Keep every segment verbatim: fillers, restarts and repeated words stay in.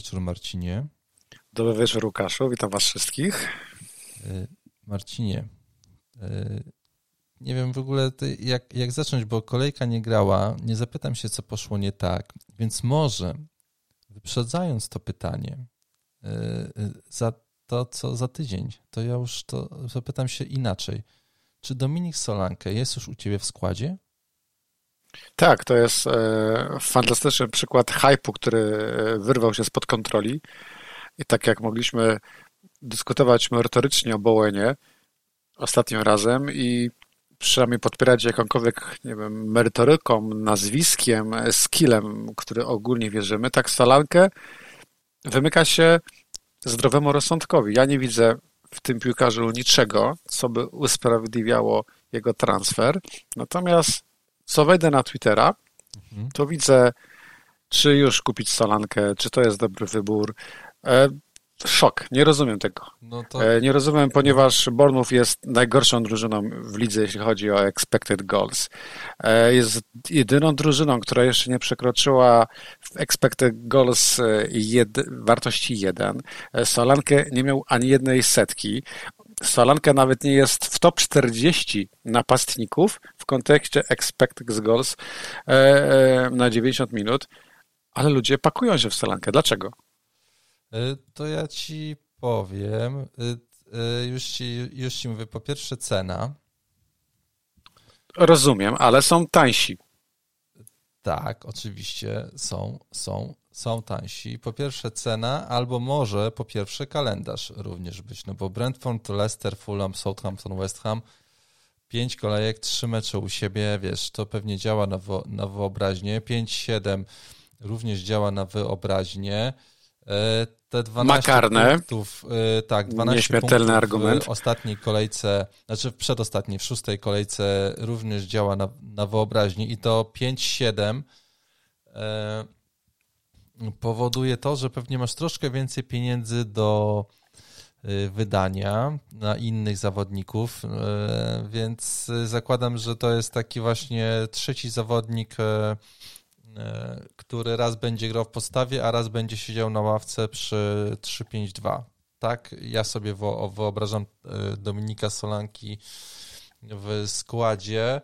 wieczór, Marcinie. Dobry wieczór, Łukaszu. Witam was wszystkich. Marcinie, nie wiem w ogóle jak, jak zacząć, bo kolejka nie grała. Nie zapytam się, co poszło nie tak. Więc może, wyprzedzając to pytanie, za to, co za tydzień, to ja już to zapytam się inaczej. Czy Dominik Solanke jest już u ciebie w składzie? Tak, to jest e, fantastyczny przykład hype'u, który wyrwał się spod kontroli. I tak jak mogliśmy dyskutować merytorycznie o Bowenie ostatnim razem i przynajmniej podpierać jakąkolwiek, nie wiem, merytoryką, nazwiskiem, skillem, który ogólnie wierzymy, tak Solanke wymyka się zdrowemu rozsądkowi. Ja nie widzę w tym piłkarzu niczego, co by usprawiedliwiało jego transfer. Natomiast co wejdę na Twittera, mhm. to widzę, czy już kupić Solankę, czy to jest dobry wybór. E, szok, nie rozumiem tego. No to... e, nie rozumiem, ponieważ Bournemouth jest najgorszą drużyną w lidze, jeśli chodzi o expected goals. E, jest jedyną drużyną, która jeszcze nie przekroczyła w expected goals jed, wartości jeden. Solankę nie miał ani jednej setki. Solanka nawet nie jest w top czterdzieści napastników w kontekście expected goals na dziewięćdziesiąt minut, ale ludzie pakują się w Solankę. Dlaczego? To ja ci powiem, już ci, już ci mówię, po pierwsze cena. Rozumiem, ale są tańsi. Tak, oczywiście są, są, są tańsi. Po pierwsze cena, albo może po pierwsze kalendarz również być, no bo Brentford, Leicester, Fulham, Southampton, West Ham, pięć kolejek, trzy mecze u siebie, wiesz, to pewnie działa na, wo, na wyobraźnię. pięć siedem również działa na wyobraźnię. Te dwanaście Makarne. punktów, tak, dwanaście punktów argument. w ostatniej kolejce, znaczy w przedostatniej, w szóstej kolejce również działa na, na wyobraźnię i to pięć siedem e, powoduje to, że pewnie masz troszkę więcej pieniędzy do wydania na innych zawodników, e, więc zakładam, że to jest taki właśnie trzeci zawodnik, e, który raz będzie grał w podstawie, a raz będzie siedział na ławce przy trzy pięć dwa. Tak? Ja sobie wyobrażam Dominika Solanki w składzie.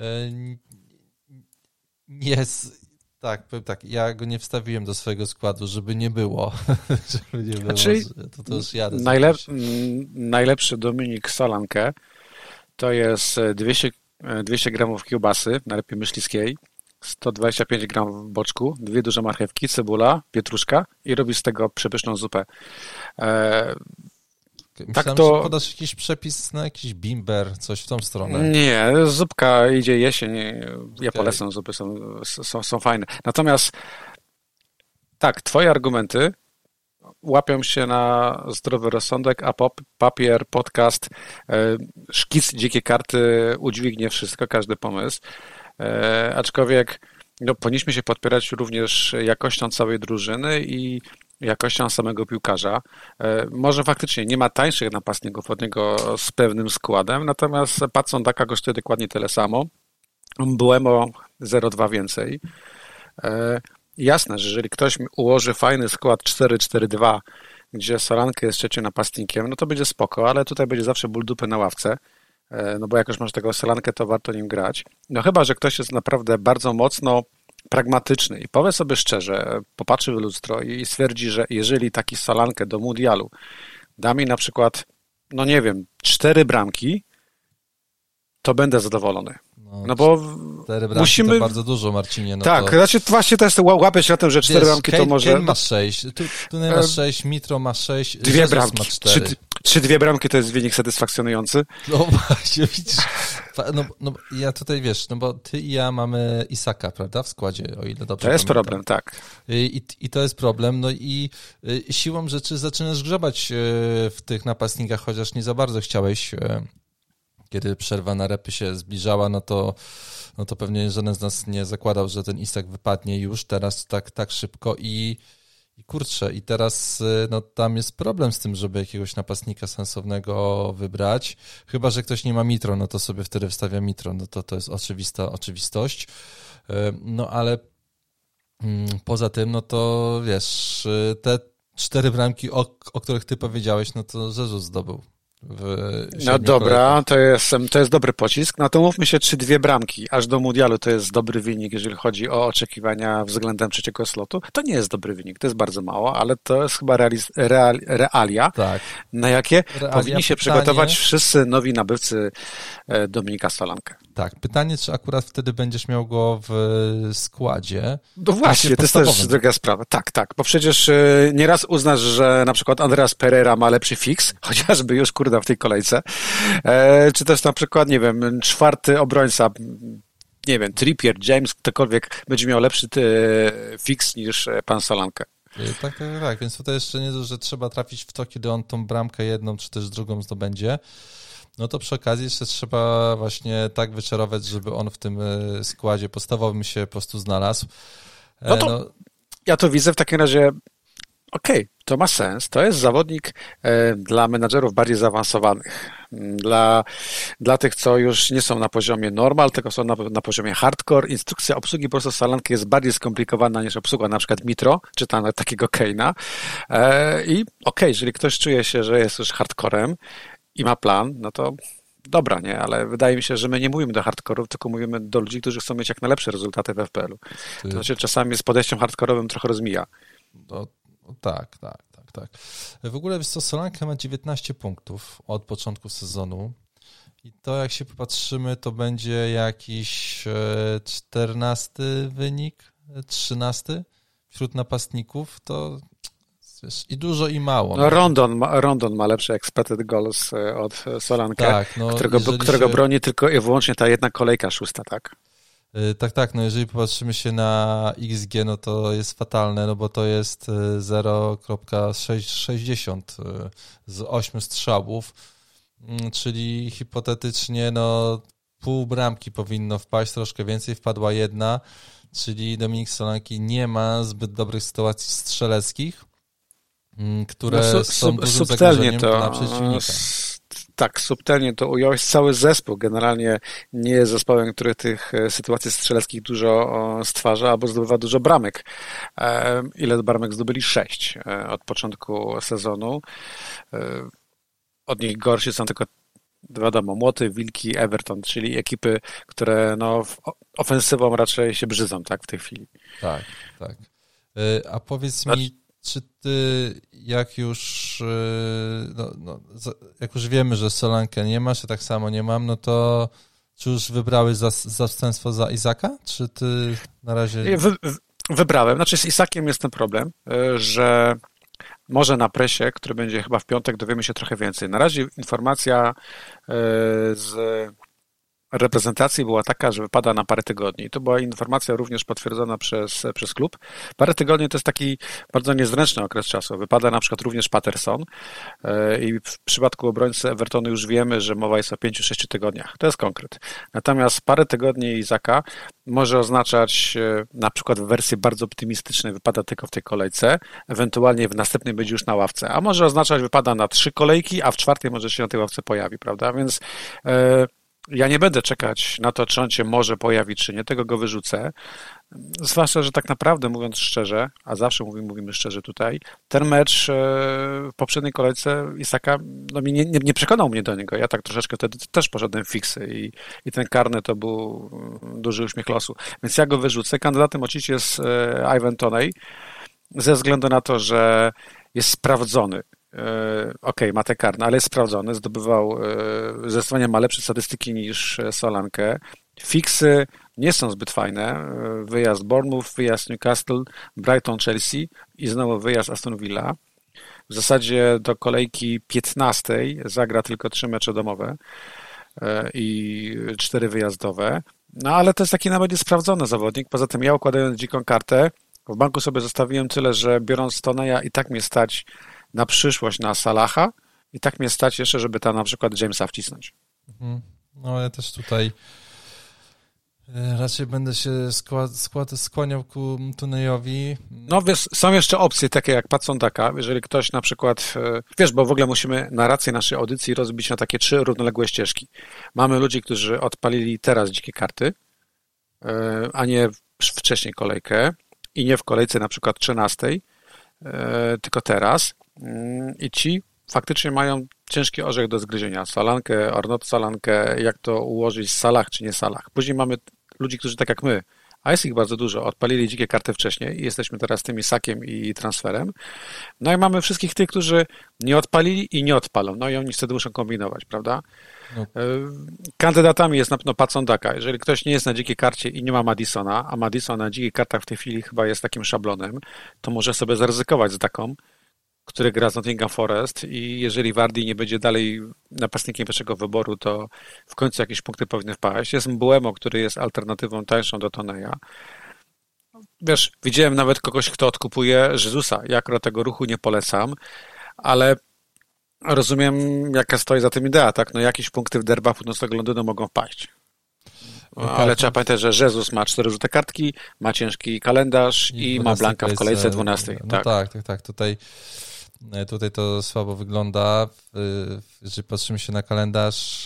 Jest, tak, tak, ja go nie wstawiłem do swojego składu, żeby nie było. żeby nie było, znaczy, to, to już jadę. Najlep- najlepszy Dominik Solanke to jest dwieście, dwieście gramów kiełbasy, najlepiej myśliskiej, sto dwadzieścia pięć gramów w boczku, dwie duże marchewki, cebula, pietruszka i robi z tego przepyszną zupę. E, Myślałem, tak to... że podasz jakiś przepis na jakiś bimber, coś w tą stronę. Nie, zupka idzie jesień, ja okay. polecam, zupy są, są, są fajne. Natomiast tak, twoje argumenty łapią się na zdrowy rozsądek, a pop, papier, podcast, e, szkic, dzikie karty udźwignie wszystko, każdy pomysł. E, aczkolwiek no, powinniśmy się podpierać również jakością całej drużyny i jakością samego piłkarza. E, może faktycznie nie ma tańszych napastników od niego z pewnym składem, natomiast Patson Daka kosztuje dokładnie tyle samo. Buemo zero dwa więcej. E, jasne, że jeżeli ktoś ułoży fajny skład cztery cztery dwa, gdzie Solanke jest trzecim napastnikiem, no to będzie spoko, ale tutaj będzie zawsze ból dupy na ławce. No bo jak już masz tego Solankę, to warto nim grać. No chyba, że ktoś jest naprawdę bardzo mocno pragmatyczny i powie sobie szczerze, popatrzy w lustro i stwierdzi, że jeżeli taki Solankę do mundialu da mi na przykład, no nie wiem, cztery bramki, to będę zadowolony. No, no bo cztery bramki musimy... to bardzo dużo, Marcinie. No tak, to... znaczy właśnie to jest, łapię się na tym, że cztery Wiesz, bramki Kane, to może... Kane ma sześć, tu, tu nie masz sześć, Mitro ma sześć, dwie Jesus bramki. ma cztery. Czy, czy dwie bramki to jest wynik satysfakcjonujący? No właśnie, widzisz. No, no ja tutaj, wiesz, no bo ty i ja mamy Isaka, prawda, w składzie, o ile dobrze To jest pamiętam. problem, tak. I, I to jest problem, no i siłą rzeczy zaczynasz grzebać w tych napastnikach, chociaż nie za bardzo chciałeś, kiedy przerwa na repy się zbliżała, no to no to pewnie żaden z nas nie zakładał, że ten Isak wypadnie już teraz tak, tak szybko i, i kurczę, i teraz no, tam jest problem z tym, żeby jakiegoś napastnika sensownego wybrać, chyba że ktoś nie ma Mitro, no to sobie wtedy wstawia Mitro, no to to jest oczywista oczywistość, no ale Poza tym, no to wiesz, te cztery bramki, o, o których ty powiedziałeś, no to Jezus zdobył. No dobra, to jest, to jest dobry pocisk. No to mówmy się, czy dwie bramki aż do mundialu to jest dobry wynik, jeżeli chodzi o oczekiwania względem trzeciego slotu. To nie jest dobry wynik, to jest bardzo mało, ale to jest chyba realiz, real, realia, tak. na jakie realia, powinni się pytanie... przygotować wszyscy nowi nabywcy Dominika Solankę. Tak, pytanie, czy akurat wtedy będziesz miał go w składzie. No właśnie, to jest też druga sprawa. Tak, tak, bo przecież nieraz uznasz, że na przykład Andreas Pereira ma lepszy fix, chociażby już kurda w tej kolejce, e, czy też na przykład, nie wiem, czwarty obrońca, nie wiem, Trippier, James, ktokolwiek będzie miał lepszy ty, fix niż pan Solankę. Tak, tak, tak, więc tutaj jeszcze nie to, że trzeba trafić w to, kiedy on tą bramkę jedną, czy też drugą zdobędzie. No to przy okazji jeszcze trzeba właśnie tak wyczarować, żeby on w tym składzie podstawowym się po prostu znalazł. No to no... ja to widzę w takim razie, okej, okay, to ma sens. To jest zawodnik e, dla menadżerów bardziej zaawansowanych. Dla, dla tych, co już nie są na poziomie normal, tylko są na, na poziomie hardcore. Instrukcja obsługi po prostu Solanki jest bardziej skomplikowana niż obsługa na przykład Mitro, czy tam takiego Kane'a. E, I okej, okay, jeżeli ktoś czuje się, że jest już hardcorem i ma plan, no to dobra, nie? Ale wydaje mi się, że my nie mówimy do hardkorów, tylko mówimy do ludzi, którzy chcą mieć jak najlepsze rezultaty w F P L-u. To znaczy czasami z podejściem hardkorowym trochę rozmija. No, tak, tak, tak, tak. W ogóle wiesz co, Solanka ma dziewiętnaście punktów od początku sezonu i to jak się popatrzymy, to będzie jakiś czternasty wynik, trzynasty wśród napastników, to wiesz, i dużo i mało. No, no. Rondon, ma, Rondon ma lepszy expected goals od Solankę, tak, no, którego, którego się... broni tylko i wyłącznie ta jedna kolejka szósta, tak? Tak, tak, no jeżeli popatrzymy się na X G, no to jest fatalne, no bo to jest zero przecinek sześćdziesiąt z ośmiu strzałów, czyli hipotetycznie no pół bramki powinno wpaść, troszkę więcej, wpadła jedna, czyli Dominik Solanki nie ma zbyt dobrych sytuacji strzeleckich, które no, su- są dużym zagrożeniem to... dla przeciwnika. Tak, subtelnie to ująłeś. Cały zespół generalnie nie jest zespołem, który tych sytuacji strzeleckich dużo stwarza albo zdobywa dużo bramek. Ile bramek zdobyli? Sześć od początku sezonu. Od nich gorsi są tylko, wiadomo, Młoty, Wilki, Everton, czyli ekipy, które no, ofensywą raczej się brzydzą, tak, w tej chwili. Tak, tak. A powiedz mi, czy ty, jak już no, no, jak już wiemy, że Solankę nie masz, ja tak samo nie mam, no to czy już wybrałeś zastępstwo za Izaka? Czy ty na razie... Wy, wybrałem. Znaczy z Isakiem jest ten problem, że może na presie, który będzie chyba w piątek, dowiemy się trochę więcej. Na razie informacja z reprezentacji była taka, że wypada na parę tygodni. I to była informacja również potwierdzona przez, przez klub. Parę tygodni to jest taki bardzo niezręczny okres czasu. Wypada na przykład również Patterson i w przypadku obrońcy Evertonu już wiemy, że mowa jest o pięciu, sześciu tygodniach. To jest konkret. Natomiast parę tygodni Izaka może oznaczać na przykład w wersji bardzo optymistycznej wypada tylko w tej kolejce, ewentualnie w następnej będzie już na ławce, a może oznaczać wypada na trzy kolejki, a w czwartej może się na tej ławce pojawi, prawda? Więc yy, ja nie będę czekać na to, czy on się może pojawić, czy nie, tego go wyrzucę. Zwłaszcza, że tak naprawdę, mówiąc szczerze, a zawsze mówimy, mówimy szczerze tutaj, ten mecz w poprzedniej kolejce Isaka no, nie, nie, nie przekonał mnie do niego. Ja tak troszeczkę wtedy też poszedłem w fiksy i, i ten karny to był duży uśmiech losu. Więc ja go wyrzucę. Kandydatem oczywiście jest Ivan Toney, ze względu na to, że jest sprawdzony. Okej, okay, ma te karne, ale jest sprawdzony, zdobywał, zdecydowanie ma lepsze statystyki niż Solankę. Fiksy nie są zbyt fajne. Wyjazd Bournemouth, wyjazd Newcastle, Brighton, Chelsea i znowu wyjazd Aston Villa. W zasadzie do kolejki piętnastej zagra tylko trzy mecze domowe i cztery wyjazdowe. No ale to jest taki nawet niesprawdzony zawodnik. Poza tym ja, układając dziką kartę, w banku sobie zostawiłem tyle, że biorąc Toneya i tak mnie stać na przyszłość na Salaha i tak mnie stać jeszcze, żeby tam na przykład Jamesa wcisnąć. No ja też tutaj raczej będę się skład, skład, skłaniał ku Toneyowi. No wiesz, są jeszcze opcje takie jak Patson Daka, jeżeli ktoś na przykład, wiesz, bo w ogóle musimy narrację naszej audycji rozbić na takie trzy równoległe ścieżki. Mamy ludzi, którzy odpalili teraz dzikie karty, a nie wcześniej kolejkę. i nie w kolejce na przykład trzynastej, tylko teraz. I ci faktycznie mają ciężki orzech do zgryzienia. Salankę, Arnaud Salankę, jak to ułożyć, Salah czy nie Salah. Później mamy ludzi, którzy tak jak my, a jest ich bardzo dużo, odpalili dzikie karty wcześniej i jesteśmy teraz tymi sakiem i transferem. No i mamy wszystkich tych, którzy nie odpalili i nie odpalą. No i oni wtedy muszą kombinować, prawda? No. Kandydatami jest na pewno Patson Daka. Jeżeli ktoś nie jest na dzikiej karcie i nie ma Madisona, a Madison na dzikich kartach w tej chwili chyba jest takim szablonem, to może sobie zaryzykować z Daką, który gra z Nottingham Forest i jeżeli Vardy nie będzie dalej napastnikiem pierwszego wyboru, to w końcu jakieś punkty powinny wpaść. Jest Mbuemo, który jest alternatywą tańszą do Toneja. Wiesz, widziałem nawet kogoś, kto odkupuje Jezusa. Ja akurat tego ruchu nie polecam, ale rozumiem, jaka stoi za tym idea, tak? No jakieś punkty w derbach północnego Londynu mogą wpaść. No, ale trzeba pamiętać, że Jezus ma cztery żółte kartki, ma ciężki kalendarz i, i ma Blanka w kolejce dwunastej. No tak, tak, tak, tak. Tutaj Tutaj to słabo wygląda, jeżeli patrzymy się na kalendarz.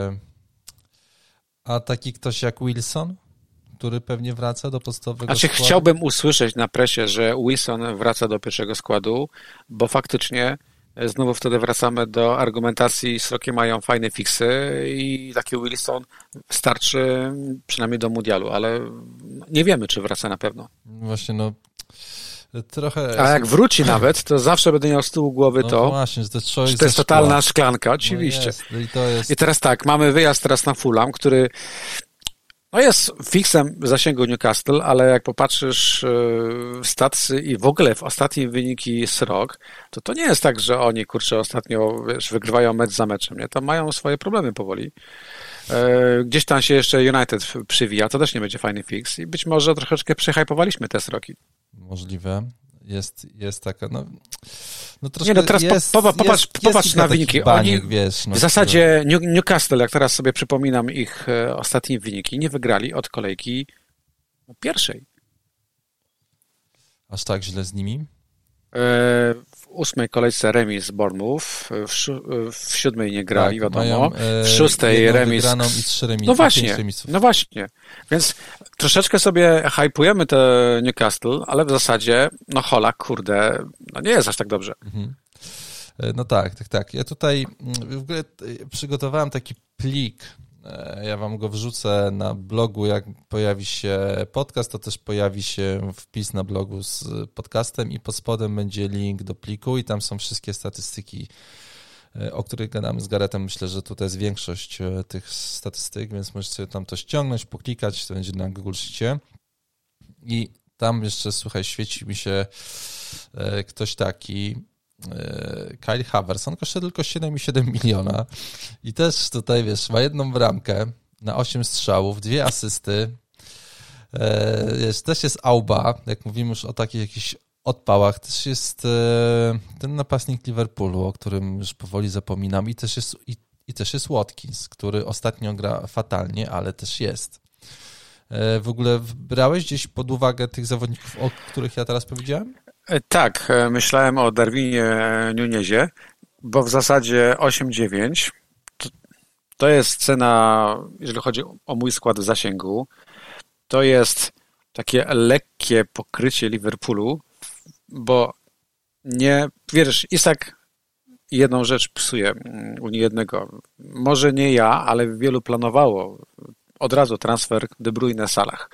A taki ktoś jak Wilson, który pewnie wraca do podstawowego znaczy, składu? Chciałbym usłyszeć na presie, że Wilson wraca do pierwszego składu, bo faktycznie znowu wtedy wracamy do argumentacji, srokie mają fajne fiksy i taki Wilson starczy przynajmniej do mundialu, ale nie wiemy, czy wraca na pewno. Właśnie, no trochę... A jak wróci nawet, to zawsze będę miał z tyłu głowy no to, właśnie, że to, że to jest totalna szklanka, oczywiście. No jest, i, to jest... I teraz tak, mamy wyjazd teraz na Fulham, który no jest fiksem w zasięgu Newcastle, ale jak popatrzysz w statsy i w ogóle w ostatnie wyniki z rok, to to nie jest tak, że oni, kurczę, ostatnio wiesz, wygrywają mecz za meczem, nie? Tam mają swoje problemy powoli. Gdzieś tam się jeszcze United przywija, to też nie będzie fajny fix i być może troszeczkę przehypowaliśmy te sroki. Możliwe. Jest, jest taka, no, no troszkę nie, no teraz jest, po, po, popatrz, jest, popatrz jest na wyniki. Baniek, Oni, wiesz, no, w zasadzie Newcastle, jak teraz sobie przypominam ich ostatnie wyniki, nie wygrali od kolejki pierwszej. Aż tak źle z nimi? W ósmej kolejce remis z Bournemouth, w, w siódmej nie grali, tak, wiadomo, mają, e, w szóstej remis. I trzy remis, no właśnie, no właśnie. Więc troszeczkę sobie hypujemy te Newcastle, ale w zasadzie, no hola, kurde, no nie jest aż tak dobrze. Mhm. No tak, tak, tak. Ja tutaj w ogóle przygotowałem taki plik. Ja wam go wrzucę na blogu, jak pojawi się podcast, to też pojawi się wpis na blogu z podcastem i pod spodem będzie link do pliku i tam są wszystkie statystyki, o których gadamy z Garetem. Myślę, że tutaj jest większość tych statystyk, więc możecie sobie tam to ściągnąć, poklikać, to będzie na Google Sheetie. I tam jeszcze, słuchaj, świeci mi się ktoś taki, Kyle Havertz, on kosztuje tylko siedem przecinek siedem miliona i też tutaj, wiesz, ma jedną bramkę na osiem strzałów, dwie asysty, jest, też jest Auba, jak mówimy już o takich jakichś odpałach, też jest ten napastnik Liverpoolu, o którym już powoli zapominam i też jest, i, i też jest Watkins, który ostatnio gra fatalnie, ale też jest. W ogóle brałeś gdzieś pod uwagę tych zawodników, o których ja teraz powiedziałem? Tak, myślałem o Darwinie Nunezie, bo w zasadzie osiem dziewięć to, to jest cena, jeżeli chodzi o mój skład w zasięgu, to jest takie lekkie pokrycie Liverpoolu, bo nie, wiesz, Isak jedną rzecz psuje u niejednego. Może nie ja, ale wielu planowało od razu transfer De Bruyne Salah.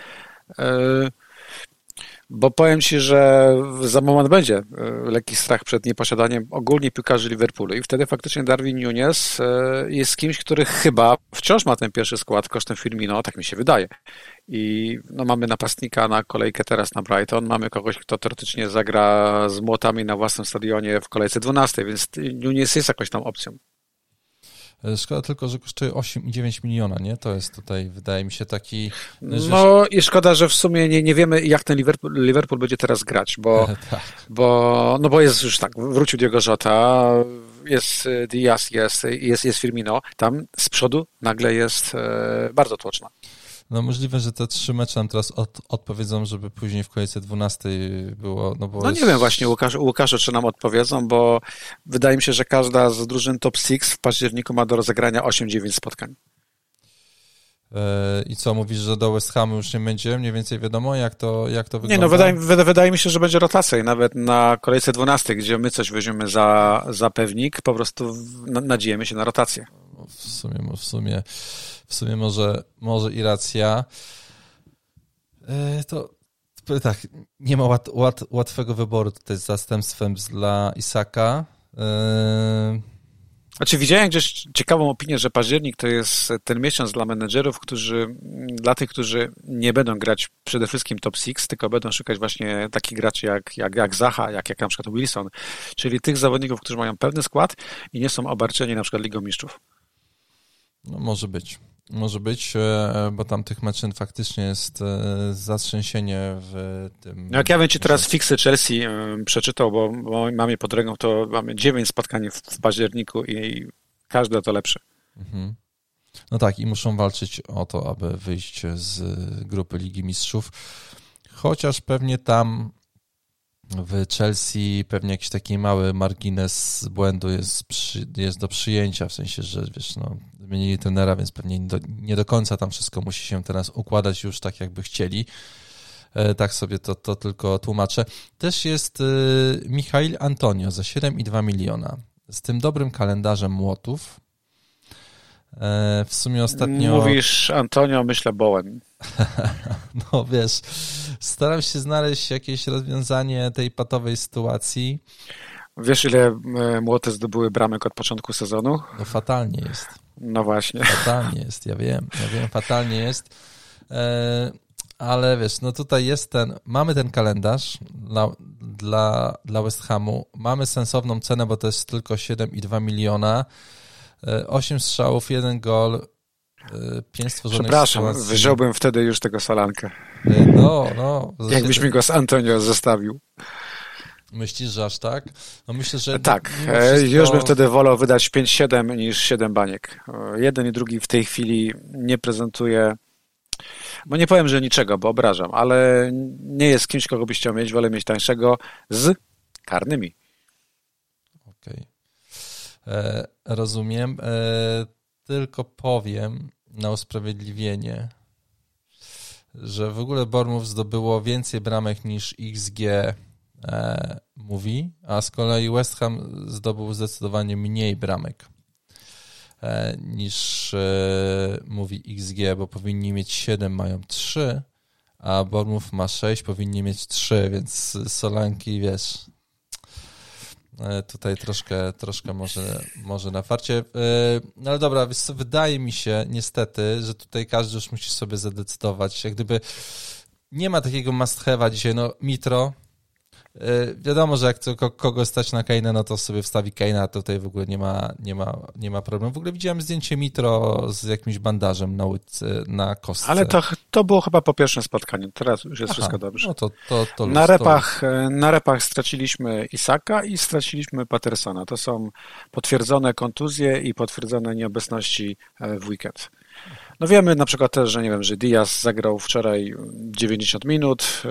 Yy, Bo powiem Ci, że za moment będzie lekki strach przed nieposiadaniem ogólnie piłkarzy Liverpoolu i wtedy faktycznie Darwin Núñez jest kimś, który chyba wciąż ma ten pierwszy skład kosztem Firmino, tak mi się wydaje. I no, mamy napastnika na kolejkę teraz na Brighton, mamy kogoś, kto teoretycznie zagra z młotami na własnym stadionie w kolejce dwunastej, więc Núñez jest jakąś tam opcją. Szkoda tylko, że kosztuje osiem przecinek dziewięć miliona, nie? To jest tutaj, wydaje mi się, taki... Że... No i szkoda, że w sumie nie, nie wiemy, jak ten Liverpool, Liverpool będzie teraz grać, bo, tak. bo, no bo jest już tak, wrócił Diogo Jota, jest Diaz, jest, jest, jest Firmino, tam z przodu nagle jest e, bardzo tłoczna. No możliwe, że te trzy mecze nam teraz od, odpowiedzą, żeby później w kolejce dwunastej było... No, bo no jest... nie wiem właśnie, Łukasz, Łukaszu, czy nam odpowiedzą, bo wydaje mi się, że każda z drużyn top sześć w październiku ma do rozegrania osiem dziewięć spotkań. I co, mówisz, że do West Hamu już nie będzie mniej więcej wiadomo, jak to, jak to wygląda? Nie, no wydaje, wydaje, wydaje mi się, że będzie rotacja i nawet na kolejce dwunastej, gdzie my coś weźmiemy za, za pewnik, po prostu nadziejemy się na rotację. W sumie, w sumie, w sumie może, może i racja. To, to tak, nie ma łat, łat, łatwego wyboru tutaj z zastępstwem dla Isaka. Znaczy widziałem gdzieś ciekawą opinię, że październik to jest ten miesiąc dla menedżerów, którzy, dla tych, którzy nie będą grać przede wszystkim top six, tylko będą szukać właśnie takich graczy jak, jak, jak Zaha, jak, jak na przykład Wilson, czyli tych zawodników, którzy mają pełny skład i nie są obarczeni na przykład Ligą Mistrzów. No może być. Może być, bo tam tych meczów faktycznie jest zatrzęsienie w tym... No jak ja bym ci teraz fiksy Chelsea przeczytał, bo, bo mamy pod ręką, to mamy dziewięć spotkań w, w październiku i każde to lepsze. Mhm. No tak, i muszą walczyć o to, aby wyjść z grupy Ligi Mistrzów. Chociaż pewnie tam w Chelsea pewnie jakiś taki mały margines błędu jest, przy, jest do przyjęcia, w sensie, że wiesz, no, zmienili trenera, więc pewnie nie do, nie do końca tam wszystko musi się teraz układać już tak, jakby chcieli. E, tak sobie to, to tylko tłumaczę. Też jest e, Michail Antonio za siedem i dwa miliona. Z tym dobrym kalendarzem młotów. E, w sumie ostatnio... Mówisz Antonio, myślę Bowen. No wiesz, staram się znaleźć jakieś rozwiązanie tej patowej sytuacji. Wiesz, ile młoty zdobyły bramek od początku sezonu? No fatalnie jest. No właśnie. Fatalnie jest, ja wiem, ja wiem, fatalnie jest. E, ale wiesz, no tutaj jest ten, mamy ten kalendarz dla, dla, dla West Hamu, mamy sensowną cenę, bo to jest tylko siedem i dwa miliona, e, osiem strzałów, jeden gol, pięć stworzonych Przepraszam, sytuacji. wyżyłbym wtedy już tego Solankę. No, no. Jakbyś mi go z Antonio zostawił. Myślisz, że aż tak? No myślę, że... Tak, wszystko... już bym wtedy wolał wydać pięć siedem niż siedem baniek. Jeden i drugi w tej chwili nie prezentuje, bo nie powiem, że niczego, bo obrażam, ale nie jest kimś, kogo byś chciał mieć, wolę mieć tańszego z karnymi. Okej. Okay. Rozumiem. E, tylko powiem na usprawiedliwienie, że w ogóle Bournemouth zdobyło więcej bramek niż X G e, mówi, a z kolei West Ham zdobył zdecydowanie mniej bramek e, niż e, mówi X G, bo powinni mieć siedem, mają trzy, a Bournemouth ma sześć, powinni mieć trzy, więc Solanki, wiesz... Tutaj troszkę, troszkę może, może na farcie. No ale dobra, wydaje mi się niestety, że tutaj każdy już musi sobie zadecydować. Jak gdyby nie ma takiego must have'a dzisiaj, no Mitro, wiadomo, że jak to, kogo stać na Kane'a, no to sobie wstawi Kane'a, to tutaj w ogóle nie ma, nie ma, nie ma problemu. W ogóle widziałem zdjęcie Mitro z jakimś bandażem na łydce, na kostce. Ale to, to było chyba po pierwszym spotkaniu, teraz już jest Aha, wszystko dobrze. No to, to, to na, repach, to... na repach straciliśmy Isaka i straciliśmy Pattersona. To są potwierdzone kontuzje i potwierdzone nieobecności w weekend. No wiemy na przykład też, że nie wiem, że Diaz zagrał wczoraj dziewięćdziesiąt minut.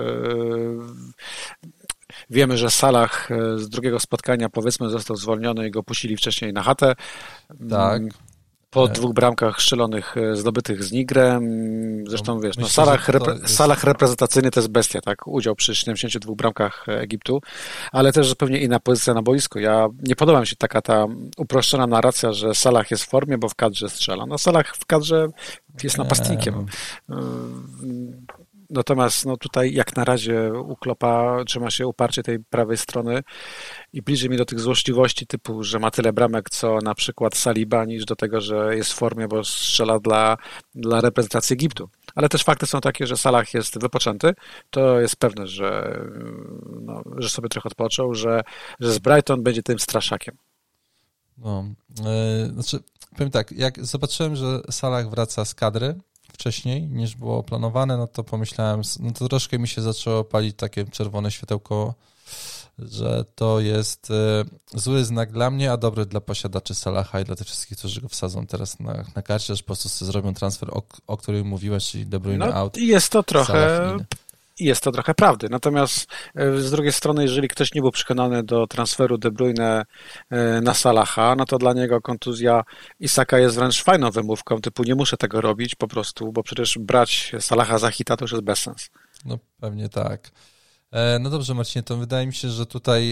Wiemy, że Salah z drugiego spotkania powiedzmy został zwolniony i go puścili wcześniej na chatę. Tak. Po dwóch bramkach strzelonych zdobytych z Nigrem. Zresztą no, wiesz, myślę, no Salah, repre- jest... Salah reprezentacyjny to jest bestia, tak? Udział przy siedemdziesięciu dwóch bramkach Egiptu, ale też zupełnie inna pozycja na boisku. Ja nie podoba mi się taka ta uproszczona narracja, że Salah jest w formie, bo w kadrze strzela. No Salah w kadrze jest napastnikiem. Natomiast no tutaj jak na razie u Kloppa trzyma się uparcie tej prawej strony i bliżej mi do tych złośliwości typu, że ma tyle bramek co na przykład Saliba, niż do tego, że jest w formie, bo strzela dla, dla reprezentacji Egiptu. Ale też fakty są takie, że Salah jest wypoczęty. To jest pewne, że, no, że sobie trochę odpoczął, że, że z Brighton będzie tym straszakiem. No, yy, znaczy powiem tak, jak zobaczyłem, że Salah wraca z kadry wcześniej niż było planowane, no to pomyślałem, no to troszkę mi się zaczęło palić takie czerwone światełko, że to jest y, zły znak dla mnie, a dobry dla posiadaczy Salaha i dla tych wszystkich, którzy go wsadzą teraz na, na karcie, że po prostu zrobią transfer, o, o którym mówiłeś, czyli De Bruyne no, out. Jest to trochę jest to trochę prawdy. Natomiast z drugiej strony, jeżeli ktoś nie był przekonany do transferu De Bruyne na Salaha, no to dla niego kontuzja Isaka jest wręcz fajną wymówką, typu nie muszę tego robić po prostu, bo przecież brać Salaha za hita to już jest bez sensu. No pewnie tak. No dobrze, Marcinie, to wydaje mi się, że tutaj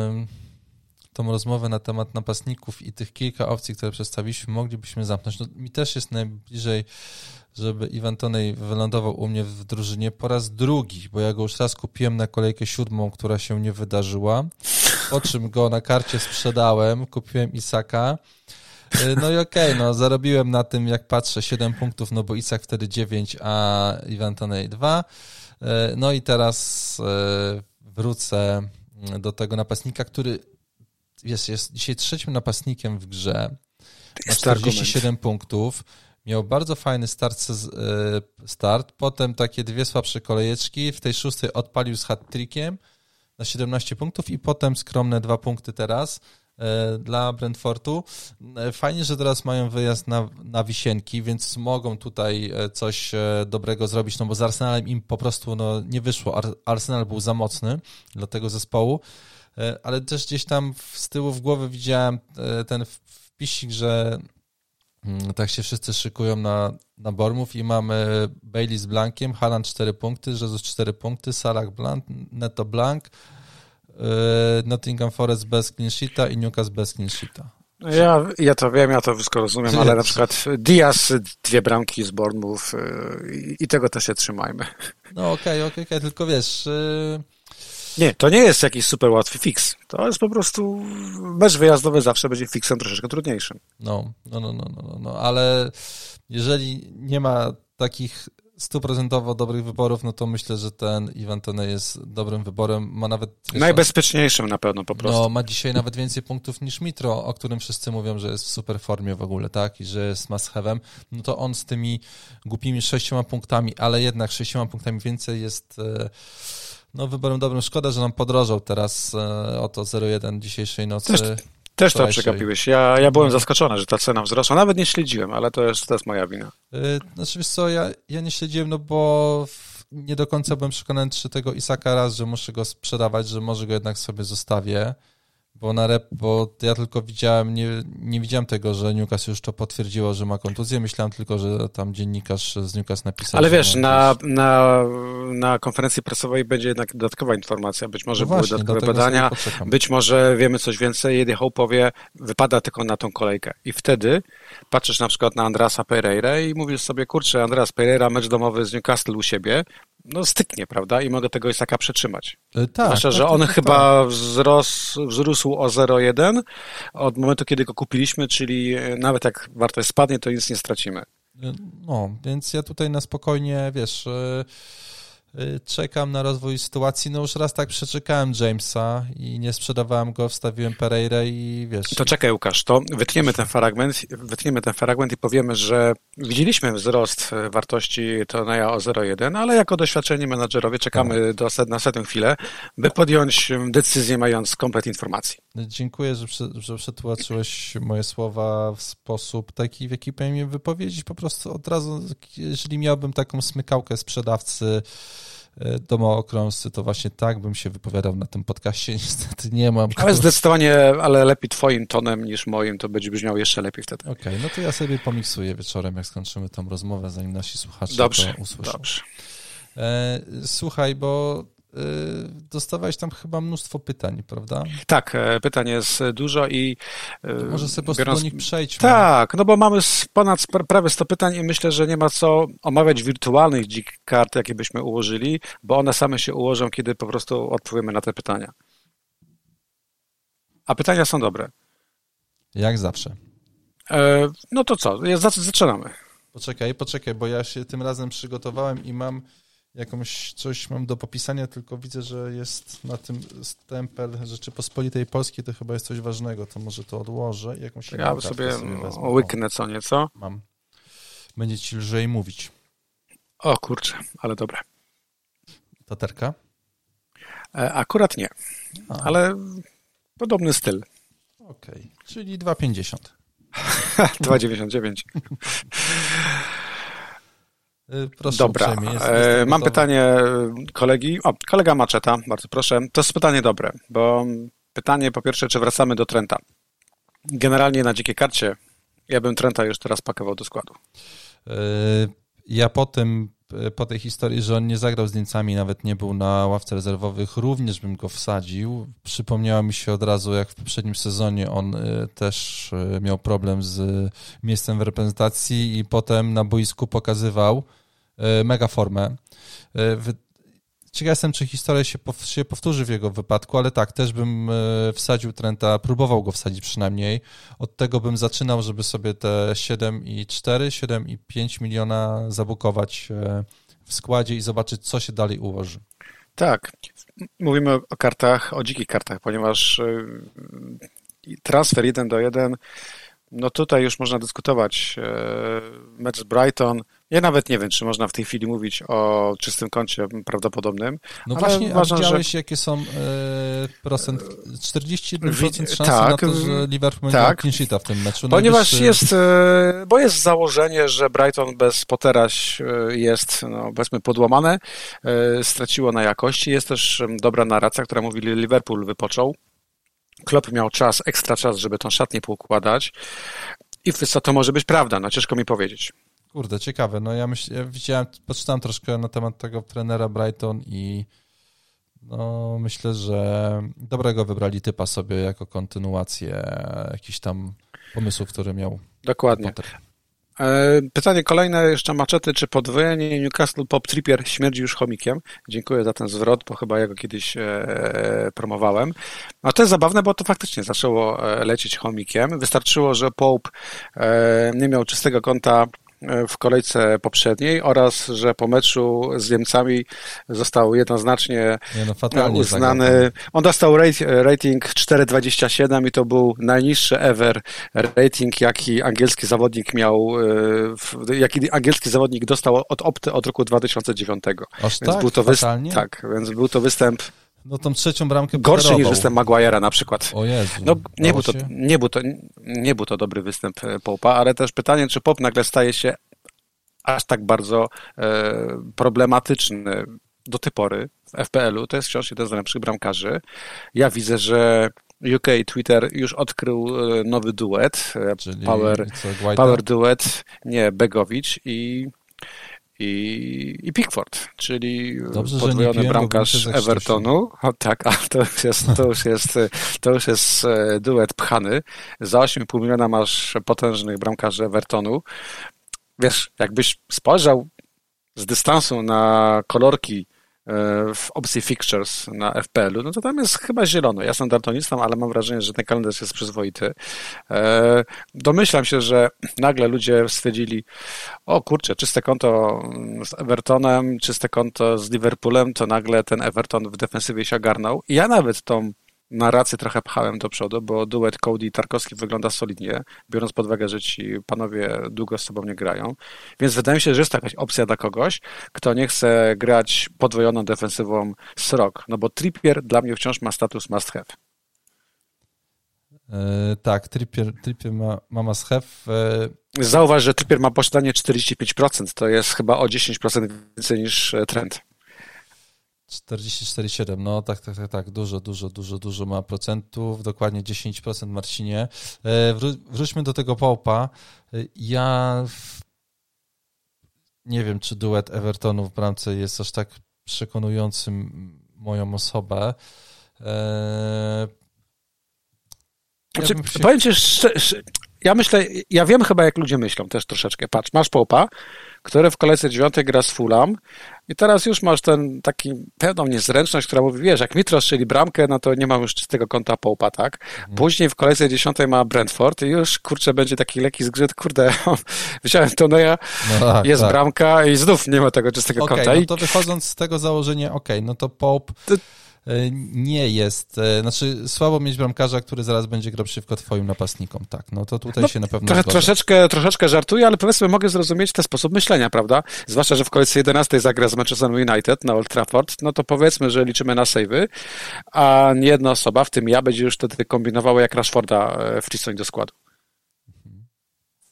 tą rozmowę na temat napastników i tych kilka opcji, które przedstawiliśmy, moglibyśmy zamknąć. No, mi też jest najbliżej, żeby Ivan Toney wylądował u mnie w drużynie po raz drugi, bo ja go już raz kupiłem na kolejkę siódmą, która się nie wydarzyła, po czym go na karcie sprzedałem, kupiłem Isaka. No i okej, okay, no zarobiłem na tym, jak patrzę, siedem punktów, no bo Isak wtedy dziewięć, a Ivan Toney dwa. No i teraz wrócę do tego napastnika, który jest, jest dzisiaj trzecim napastnikiem w grze, ma czterdzieści siedem punktów, miał bardzo fajny start, start, potem takie dwie słabsze kolejeczki, w tej szóstej odpalił z hat-trickiem na siedemnaście punktów i potem skromne dwa punkty teraz dla Brentfordu. Fajnie, że teraz mają wyjazd na, na Wisienki, więc mogą tutaj coś dobrego zrobić, no bo z Arsenalem im po prostu no, nie wyszło. Arsenal był za mocny dla tego zespołu, ale też gdzieś tam z tyłu w głowie widziałem ten wpisik, że tak się wszyscy szykują na, na Bournemouth i mamy Bailey z blankiem, Haaland cztery punkty, Jesus cztery punkty, Salah blank, Neto blank, Nottingham Forest bez clean sheeta i Newcastle bez clean sheeta. Ja, ja to wiem, ja to wszystko rozumiem, ale na przykład Diaz, dwie bramki z Bournemouth i, i tego też się trzymajmy. No okej, okay, okej, okay, tylko wiesz... Yy... Nie, to nie jest jakiś super łatwy fix. To jest po prostu mecz wyjazdowy zawsze będzie fixem troszeczkę trudniejszym. No, no, no, no, no, no, ale jeżeli nie ma takich stuprocentowo dobrych wyborów, no to myślę, że ten Ivan Toney jest dobrym wyborem. Ma nawet... Wiesz, najbezpieczniejszym na pewno po prostu. No, ma dzisiaj nawet więcej punktów niż Mitro, o którym wszyscy mówią, że jest w super formie w ogóle, tak? I że jest must have'em. No to on z tymi głupimi sześcioma punktami, ale jednak sześcioma punktami więcej jest... No, wyborem dobrym. Szkoda, że nam podrożał teraz e, oto zero jeden dzisiejszej nocy. Też, też to przegapiłeś. Ja, ja byłem zaskoczony, że ta cena wzrosła. Nawet nie śledziłem, ale to jest, to jest moja wina. E, znaczy, wiesz co, ja, ja nie śledziłem, no bo nie do końca byłem przekonany, czy tego Isaka raz, że muszę go sprzedawać, że może go jednak sobie zostawię. Bo na rep, bo ja tylko widziałem, nie, nie widziałem tego, że Newcastle już to potwierdziło, że ma kontuzję. Myślałem tylko, że tam dziennikarz z Newcastle napisał. Ale wiesz, na, na, na konferencji prasowej będzie jednak dodatkowa informacja. Być może no były właśnie, dodatkowe badania, być może wiemy coś więcej. Eddie Howe powie, wypada tylko na tą kolejkę. I wtedy patrzysz na przykład na Andrasa Pereira i mówisz sobie, kurczę, Andras Pereira, mecz domowy z Newcastle u siebie, no styknie, prawda? I mogę tego Isaka przetrzymać. E, tak, Zwłaszcza, tak, że on tak, chyba tak. Wzrósł, wzrósł o zero przecinek jeden od momentu, kiedy go kupiliśmy, czyli nawet jak wartość spadnie, to nic nie stracimy. No, więc ja tutaj na spokojnie, wiesz, czekam na rozwój sytuacji. No już raz tak przeczekałem Jamesa i nie sprzedawałem go, wstawiłem Pereirę i wiesz... To czekaj, Łukasz, to wytniemy ten fragment, wytniemy ten fragment i powiemy, że widzieliśmy wzrost wartości Toneya o zero przecinek jeden, ale jako doświadczeni menadżerowie czekamy do, na setną chwilę, by podjąć decyzję, mając komplet informacji. Dziękuję, że, że przetłumaczyłeś moje słowa w sposób taki, w jaki powinien je wypowiedzieć. Po prostu od razu, jeżeli miałbym taką smykałkę sprzedawcy domookrążcy, to właśnie tak bym się wypowiadał na tym podcaście. Niestety nie mam. Ale zdecydowanie, ale lepiej twoim tonem niż moim, to będzie brzmiał jeszcze lepiej wtedy. Okej, okay, no to ja sobie pomiksuję wieczorem, jak skończymy tą rozmowę, zanim nasi słuchacze dobrze, to usłyszą. Dobrze. E, słuchaj, bo dostawałeś tam chyba mnóstwo pytań, prawda? Tak, pytań jest dużo i... To może sobie po prostu biorąc... do nich przejdźmy. Tak, no bo mamy ponad prawie sto pytań i myślę, że nie ma co omawiać wirtualnych dzik kart, jakie byśmy ułożyli, bo one same się ułożą, kiedy po prostu odpowiemy na te pytania. A pytania są dobre. Jak zawsze. E, no to co? Zaczynamy. Poczekaj, poczekaj, bo ja się tym razem przygotowałem i mam jakąś coś mam do popisania, tylko widzę, że jest na tym stempel Rzeczypospolitej Polskiej, to chyba jest coś ważnego, to może to odłożę. Jakąś ja sobie, sobie wezmę. Łyknę co nieco. Mam. Będzie ci lżej mówić. O kurczę, ale dobre. Taterka? E, akurat nie, A. ale podobny styl. Okej, okay. Czyli dwa pięćdziesiąt. dwa dziewięćdziesiąt dziewięć. Proszę Dobra, uprzejmie. Jest, jest mam pytanie kolegi. O, kolega Maczeta, bardzo proszę. To jest pytanie dobre, bo pytanie po pierwsze, czy wracamy do Trenta? Generalnie na dzikiej karcie ja bym Trenta już teraz pakował do składu. Ja po tym, po tej historii, że on nie zagrał z Niemcami, nawet nie był na ławce rezerwowych, również bym go wsadził. Przypomniało mi się od razu, jak w poprzednim sezonie on też miał problem z miejscem w reprezentacji i potem na boisku pokazywał mega formę. Ciekaw jestem, czy historia się, się powtórzy w jego wypadku, ale tak, też bym wsadził Trenta, próbował go wsadzić przynajmniej. Od tego bym zaczynał, żeby sobie te siedem i cztery, siedem i pięć miliona zabukować w składzie i zobaczyć, co się dalej ułoży. Tak, mówimy o kartach, o dzikich kartach, ponieważ transfer jeden do jeden, no tutaj już można dyskutować. Mecz z Brighton, ja nawet nie wiem, czy można w tej chwili mówić o czystym koncie prawdopodobnym. No ale właśnie, uważam, a widziałeś, że... jakie są e, procent, czterdzieści jeden procent Wi- szansy tak, na to, że Liverpool tak, będzie clean sheeta w tym meczu. Ponieważ Najwyższy... jest, bo jest założenie, że Brighton bez Pottera jest, no, powiedzmy, podłamane, straciło na jakości. Jest też dobra narracja, która mówi, że Liverpool wypoczął. Klopp miał czas, ekstra czas, żeby tą szatnię poukładać. I co to może być prawda? No ciężko mi powiedzieć. Kurde, ciekawe. No ja, myśl, ja widziałem, poczytałem troszkę na temat tego trenera Brighton i no myślę, że dobrego wybrali typa sobie jako kontynuację jakichś tam pomysłów, które miał Dokładnie. Potter. Pytanie kolejne, jeszcze Maczety, czy podwojenie Newcastle Pop Trippier śmierdzi już chomikiem? Dziękuję za ten zwrot, bo chyba ja go kiedyś e, promowałem. A to jest zabawne, bo to faktycznie zaczęło lecieć chomikiem. Wystarczyło, że Pope e, nie miał czystego konta w kolejce poprzedniej oraz, że po meczu z Niemcami został jednoznacznie nie, no, uznany. zagrał. On dostał rating cztery dwadzieścia siedem i to był najniższy ever rating, jaki angielski zawodnik miał, jaki angielski zawodnik dostał od Opty od roku dwa tysiące dziewiątego. Aż więc tak? Był to występ, tak, więc był to występ no tą trzecią bramkę gorszy poderował. niż występ Maguire'a na przykład. O Jezu. No, nie, był to, nie, był to, nie był to dobry występ Pope'a, ale też pytanie, czy Pope nagle staje się aż tak bardzo e, problematyczny do tej pory w F P L-u. To jest wciąż jeden z najlepszych bramkarzy. Ja widzę, że U K Twitter już odkrył nowy duet. Czyli power, co, power duet, nie, Begowicz i I, i Pickford, czyli Dobrze, podwojony piłem, bramkarz Evertonu. O, tak, a to już jest, to już jest, to już jest duet pchany. Za osiem i pół miliona masz potężnych bramkarzy Evertonu. Wiesz, jakbyś spojrzał z dystansu na kolorki w opcji fixtures na F P L-u, no to tam jest chyba zielono. Ja jestem daltonistą, ale mam wrażenie, że ten kalendarz jest przyzwoity. Domyślam się, że nagle ludzie stwierdzili, o kurczę, czyste konto z Evertonem, czyste konto z Liverpoolem, to nagle ten Everton w defensywie się ogarnął. I ja nawet tą narrację trochę pchałem do przodu, bo duet Cody i Tarkowski wygląda solidnie, biorąc pod uwagę, że ci panowie długo z sobą nie grają. Więc wydaje mi się, że jest to jakaś opcja dla kogoś, kto nie chce grać podwojoną defensywą z rok. No bo Trippier dla mnie wciąż ma status must have. Yy, tak, Trippier, Trippier ma, ma must have. Yy... Zauważ, że Trippier ma posiadanie czterdzieści pięć procent. To jest chyba o dziesięć procent więcej niż Trent. czterdzieści cztery przecinek siedem, no tak, tak, tak, tak, dużo, dużo, dużo, dużo ma procentów, dokładnie dziesięć procent Marcinie. Wró- wróćmy do tego Pope'a. Ja w... nie wiem, czy duet Evertonu w bramce jest aż tak przekonującym moją osobę. Eee... Znaczy, ja się... Powiem ci, że ja myślę, ja wiem chyba, jak ludzie myślą też troszeczkę. Patrz, masz Pope'a, który w kolejce dziewiątej gra z Fulham i teraz już masz ten taki pewną niezręczność, która mówi, wiesz, jak Mitro strzeli bramkę, no to nie mam już czystego konta Pope'a, tak? Mhm. Później w kolejce dziesiątej ma Brentford i już, kurczę, będzie taki lekki zgrzyt, kurde, wziąłem Toneja, no tak, jest tak. bramka i znów nie ma tego czystego okay, konta. No to wychodząc z tego założenia, okej, okay, no to Pope... To... nie jest, znaczy słabo mieć bramkarza, który zaraz będzie grał przeciwko twoim napastnikom, tak, no to tutaj no, się na pewno trochę, troszeczkę, troszeczkę żartuję, ale powiedzmy mogę zrozumieć ten sposób myślenia, prawda? Zwłaszcza, że w kolejce jedenastej zagra z Manchester United na Old Trafford, no to powiedzmy, że liczymy na save'y, a nie jedna osoba, w tym ja, będzie już wtedy kombinowała jak Rashforda wcisnąć do składu.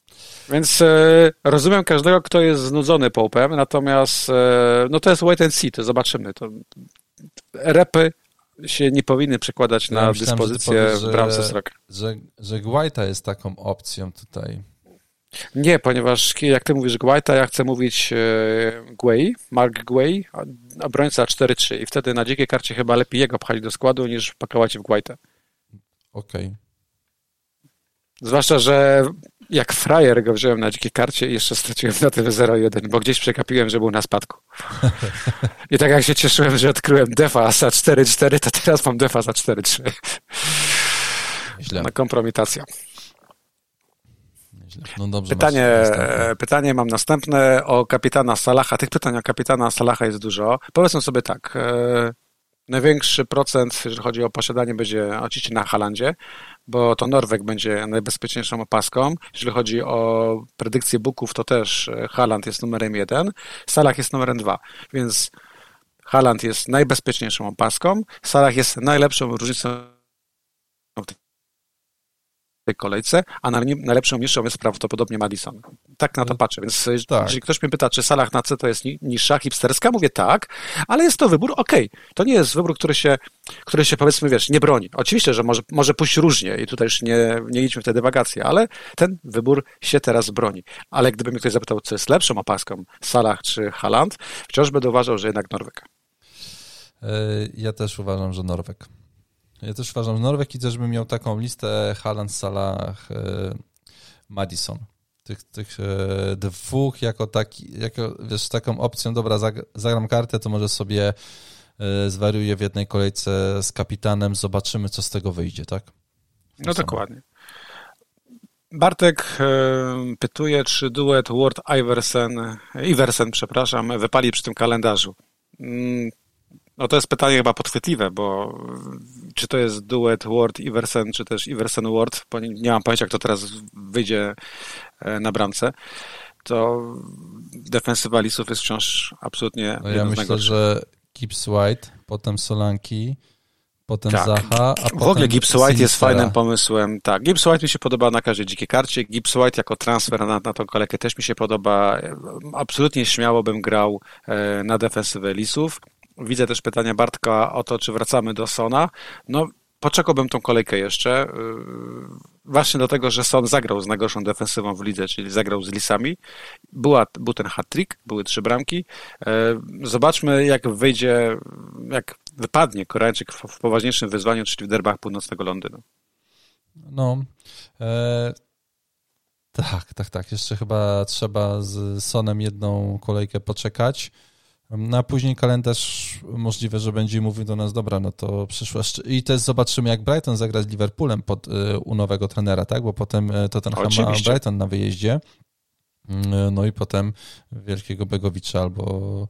Więc e, rozumiem każdego, kto jest znudzony Pope'em, natomiast e, no to jest wait and see, to zobaczymy. To, repy się nie powinny przekładać ja na myślałem, dyspozycję powiesz, w bramce Sraka. Że, że Guaita jest taką opcją tutaj. Nie, ponieważ jak ty mówisz Guaita, ja chcę mówić e, Guay, Mark Guay, obrońca cztery trzy i wtedy na dzikiej karcie chyba lepiej jego pchać do składu niż pakować w Guaitę. Okej. Okay. Zwłaszcza, że jak frajer go wziąłem na dzikiej karcie i jeszcze straciłem na tym zero jeden, bo gdzieś przekapiłem, że był na spadku. I tak jak się cieszyłem, że odkryłem defa za cztery cztery, to teraz mam defa za cztery trzy. Źle. Na kompromitacja. No dobrze, pytanie, pytanie mam następne o kapitana Salaha. Tych pytań o kapitana Salaha jest dużo. Powiedzmy sobie tak. E, największy procent, jeżeli chodzi o posiadanie, będzie oczywiście na Haalandzie, bo to Norweg będzie najbezpieczniejszą opaską. Jeżeli chodzi o predykcję booków, to też Haaland jest numerem jeden, Salah jest numerem dwa. Więc Haaland jest najbezpieczniejszą opaską, Salah jest najlepszą różnicą w tej kolejce, a najlepszą niższą jest prawdopodobnie Maddison. Tak na to patrzę, więc tak. Jeżeli ktoś mnie pyta, czy Salah na C to jest niższa, hipsterska, mówię tak, ale jest to wybór, okej. Okay. To nie jest wybór, który się, który się powiedzmy, wiesz, nie broni. Oczywiście, że może, może pójść różnie i tutaj już nie, nie idźmy w te dywagacje, ale ten wybór się teraz broni. Ale gdyby mnie ktoś zapytał, co jest lepszą opaską, Salah czy Haaland, wciąż będę uważał, że jednak Norweg. Ja też uważam, że Norweg. Ja też uważam, że Norweg i też bym miał taką listę Haaland, Salah, Maddison. Tych, tych dwóch jako taki, jako, wiesz, taką opcją, dobra, zagram kartę, to może sobie zwariuję w jednej kolejce z kapitanem, zobaczymy, co z tego wyjdzie, tak? No dokładnie. Bartek pytuje, czy duet Ward-Iversen, Iversen, przepraszam, wypali przy tym kalendarzu. No to jest pytanie chyba podchwytliwe, bo czy to jest duet Ward-Iversen, czy też Iversen-Ward, bo nie mam pojęcia, jak to teraz wyjdzie na bramce, to defensywa Lisów jest wciąż absolutnie no ja myślę, że Gibbs-White, potem Solanki, potem tak. Zaha, a w potem ogóle Gibbs-White jest fajnym pomysłem. Tak, Gibbs-White mi się podoba na każdej dzikiej karcie. Gibbs-White jako transfer na, na tą kolejkę też mi się podoba. Absolutnie śmiało bym grał na defensywę Lisów. Widzę też pytania Bartka o to, czy wracamy do Sona. No, poczekałbym tą kolejkę jeszcze. Właśnie dlatego, że Son zagrał z najgorszą defensywą w lidze, czyli zagrał z Lisami. Była, był ten hat-trick, były trzy bramki. Zobaczmy, jak wyjdzie, jak wypadnie Koreańczyk w poważniejszym wyzwaniu, czyli w derbach północnego Londynu. No, e, tak, tak, tak. Jeszcze chyba trzeba z Sonem jedną kolejkę poczekać. No a później kalendarz możliwe, że będzie mówił do nas, dobra, no to przyszło. I też zobaczymy, jak Brighton zagra z Liverpoolem pod, u nowego trenera, tak? Bo potem Tottenham ma Brighton na wyjeździe. No i potem wielkiego Begowicza albo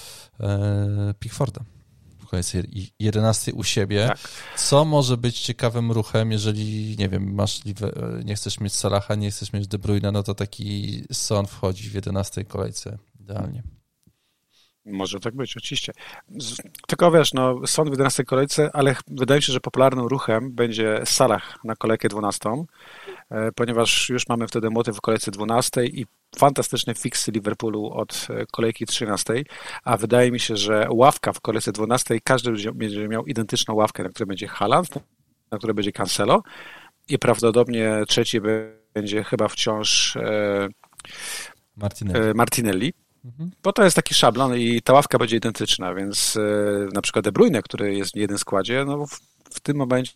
e, Pickforda w kolejce jedenastej u siebie. Tak. Co może być ciekawym ruchem, jeżeli, nie wiem, masz nie chcesz mieć Salaha, nie chcesz mieć De Bruyne, no to taki Son wchodzi w jedenastej kolejce idealnie. Może tak być, oczywiście. Tylko wiesz, no, Son w jedenastej kolejce, ale wydaje mi się, że popularnym ruchem będzie Salah na kolejkę dwunastą, ponieważ już mamy wtedy motyw w kolejce dwunastej i fantastyczne fiksy Liverpoolu od kolejki trzynastej, a wydaje mi się, że ławka w kolejce dwunastej, każdy będzie miał identyczną ławkę, na której będzie Haaland, na której będzie Cancelo i prawdopodobnie trzeci będzie chyba wciąż e, Martinelli. E, Martinelli. Mhm. Bo to jest taki szablon i ta ławka będzie identyczna, więc yy, na przykład De Bruyne, który jest w jednym składzie, no w, w tym momencie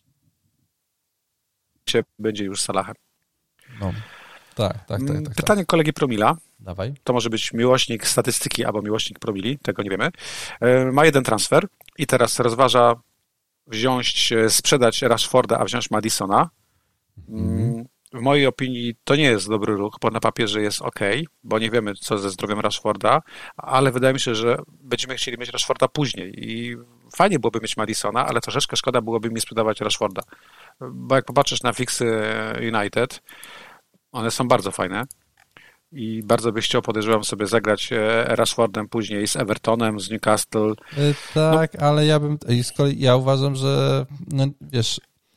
będzie już Salahem. No, tak, tak, tak, tak. Pytanie tak. kolegi Promila. Dawaj. To może być miłośnik statystyki albo miłośnik promili, tego nie wiemy. Yy, ma jeden transfer i teraz rozważa wziąć, sprzedać Rashforda, a wziąć Maddisona. Mhm. Yy, W mojej opinii to nie jest dobry ruch, bo na papierze jest ok, bo nie wiemy, co ze zdrowiem Rashforda, ale wydaje mi się, że będziemy chcieli mieć Rashforda później i fajnie byłoby mieć Maddisona, ale troszeczkę szkoda byłoby mi sprzedawać Rashforda, bo jak popatrzysz na fiksy United, one są bardzo fajne i bardzo byś chciał, podejrzewam, sobie zagrać Rashfordem później z Evertonem, z Newcastle. Tak, no. Ale ja bym, z kolei ja uważam, że no, wiesz,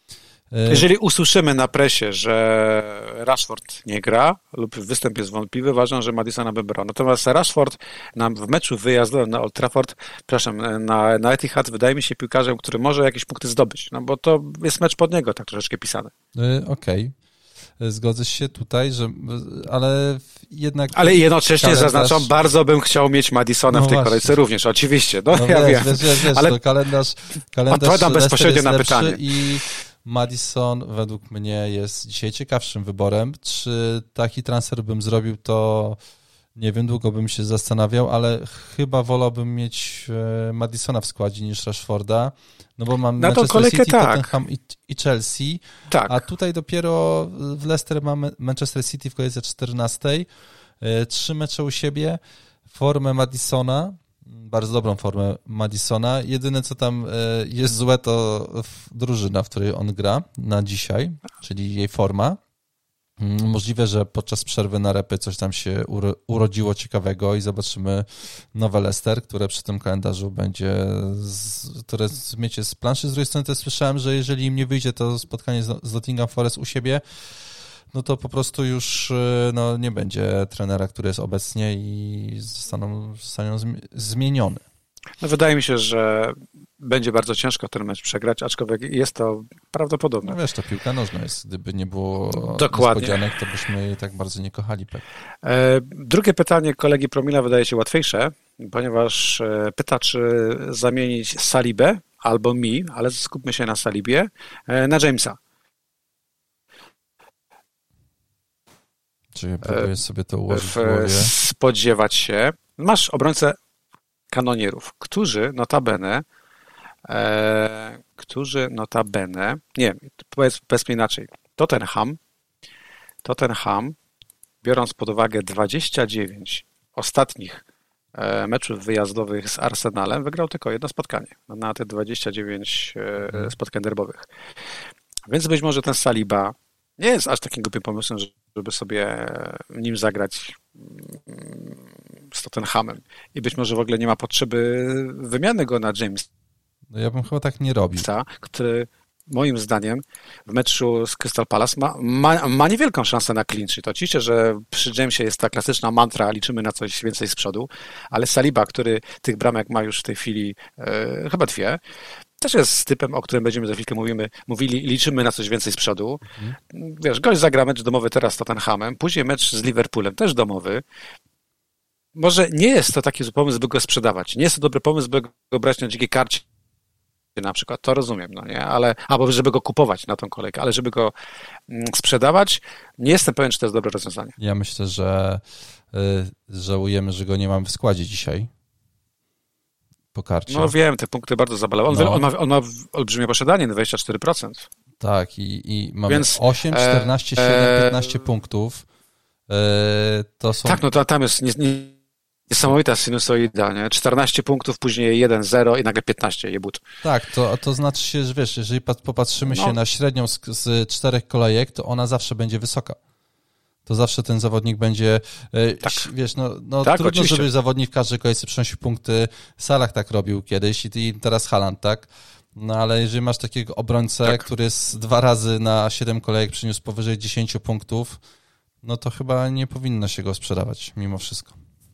Jeżeli usłyszymy na presie, że Rashford nie gra lub występ jest wątpliwy, uważam, że Madisona by brał. Natomiast Rashford nam w meczu wyjazdowym na Old Trafford, przepraszam, na, na Etihad wydaje mi się piłkarzem, który może jakieś punkty zdobyć, no bo to jest mecz pod niego tak troszeczkę pisany. Okej. Okay. Zgodzę się tutaj, że ale jednak... Ale jednocześnie kalendarz... zaznaczam, bardzo bym chciał mieć Madisona no w tej właśnie. kolejce również, oczywiście. No, no ja wiesz, wiem. Wiesz, wiesz, wiesz, ale... to kalendarz, kalendarz odpowiadam bezpośrednio na pytanie. I Madison według mnie jest dzisiaj ciekawszym wyborem. Czy taki transfer bym zrobił, to nie wiem, długo bym się zastanawiał, ale chyba wolałbym mieć Madisona w składzie niż Rashforda, no bo mam na Manchester kolejkę, City, tak. Tottenham i, i Chelsea, tak. a tutaj dopiero w Leicester mamy Manchester City w kolejce czternastej, trzy mecze u siebie, formę Madisona, bardzo dobrą formę Madisona. Jedyne, co tam jest złe, to drużyna, w której on gra na dzisiaj, czyli jej forma. Możliwe, że podczas przerwy na repy coś tam się urodziło ciekawego i zobaczymy nowe Leicester, które przy tym kalendarzu będzie, z, które zmiecie z planszy. Z drugiej strony też słyszałem, że jeżeli im nie wyjdzie to spotkanie z Nottingham Forest u siebie, no to po prostu już no, nie będzie trenera, który jest obecnie i zostaną, zostaną zmieniony. No, wydaje mi się, że będzie bardzo ciężko ten mecz przegrać, aczkolwiek jest to prawdopodobne. No wiesz, to piłka nożna jest. Gdyby nie było Dokładnie. niespodzianek, to byśmy jej tak bardzo nie kochali. E, drugie pytanie kolegi Promila wydaje się łatwiejsze, ponieważ e, pyta, czy zamienić Salibę albo mi, ale skupmy się na Salibie, e, na Jamesa. Czy próbujesz sobie to ułożyć w głowie? Spodziewać się. Masz obrońcę kanonierów, którzy notabene e, którzy notabene nie, powiedz, powiedzmy inaczej, Tottenham Tottenham, biorąc pod uwagę dwadzieścia dziewięć ostatnich e, meczów wyjazdowych z Arsenalem, wygrał tylko jedno spotkanie na te dwadzieścia dziewięć e, spotkań derbowych. Więc być może ten Saliba nie jest aż takim głupim pomysłem, żeby sobie nim zagrać z Tottenhamem. I być może w ogóle nie ma potrzeby wymiany go na Jamesa. No ja bym chyba tak nie robił. Który moim zdaniem w meczu z Crystal Palace ma, ma, ma niewielką szansę na clean sheet. Oczywiście, że przy Jamesie jest ta klasyczna mantra, liczymy na coś więcej z przodu, ale Saliba, który tych bramek ma już w tej chwili e, chyba dwie, też jest typem, o którym będziemy za chwilkę mówimy, mówili, liczymy na coś więcej z przodu. Mhm. Wiesz, gość zagra mecz domowy teraz z Tottenhamem, później mecz z Liverpoolem, też domowy. Może nie jest to taki pomysł, by go sprzedawać. Nie jest to dobry pomysł, by go brać na dzikiej karcie na przykład. To rozumiem, no nie? Ale, albo żeby go kupować na tą kolejkę, ale żeby go sprzedawać, nie jestem pewien, czy to jest dobre rozwiązanie. Ja myślę, że y, żałujemy, że go nie mamy w składzie dzisiaj. Po karcie. No wiem, te punkty bardzo zabalały. On, no. on, ma, on ma olbrzymie posiadanie, dwadzieścia cztery procent. Tak, i, i mamy Więc, osiem, czternaście, siedem, piętnaście punktów. E, to są... Tak, no to tam jest nie, nie, niesamowita sinusoida, nie? czternaście punktów, później jeden zero i nagle piętnaście jebut. Tak, to, to znaczy się, że wiesz, jeżeli popatrzymy no. się na średnią z, z czterech kolejek, to ona zawsze będzie wysoka. To zawsze ten zawodnik będzie, tak. wiesz, no, no tak, trudno, oczywiście. żeby zawodnik w każdej kolejce przynosił punkty. Salah tak robił kiedyś i, i teraz Haaland, tak? No ale jeżeli masz takiego obrońcę, tak. który jest dwa razy na siedem kolejek przyniósł powyżej dziesięć punktów, no to chyba nie powinno się go sprzedawać mimo wszystko.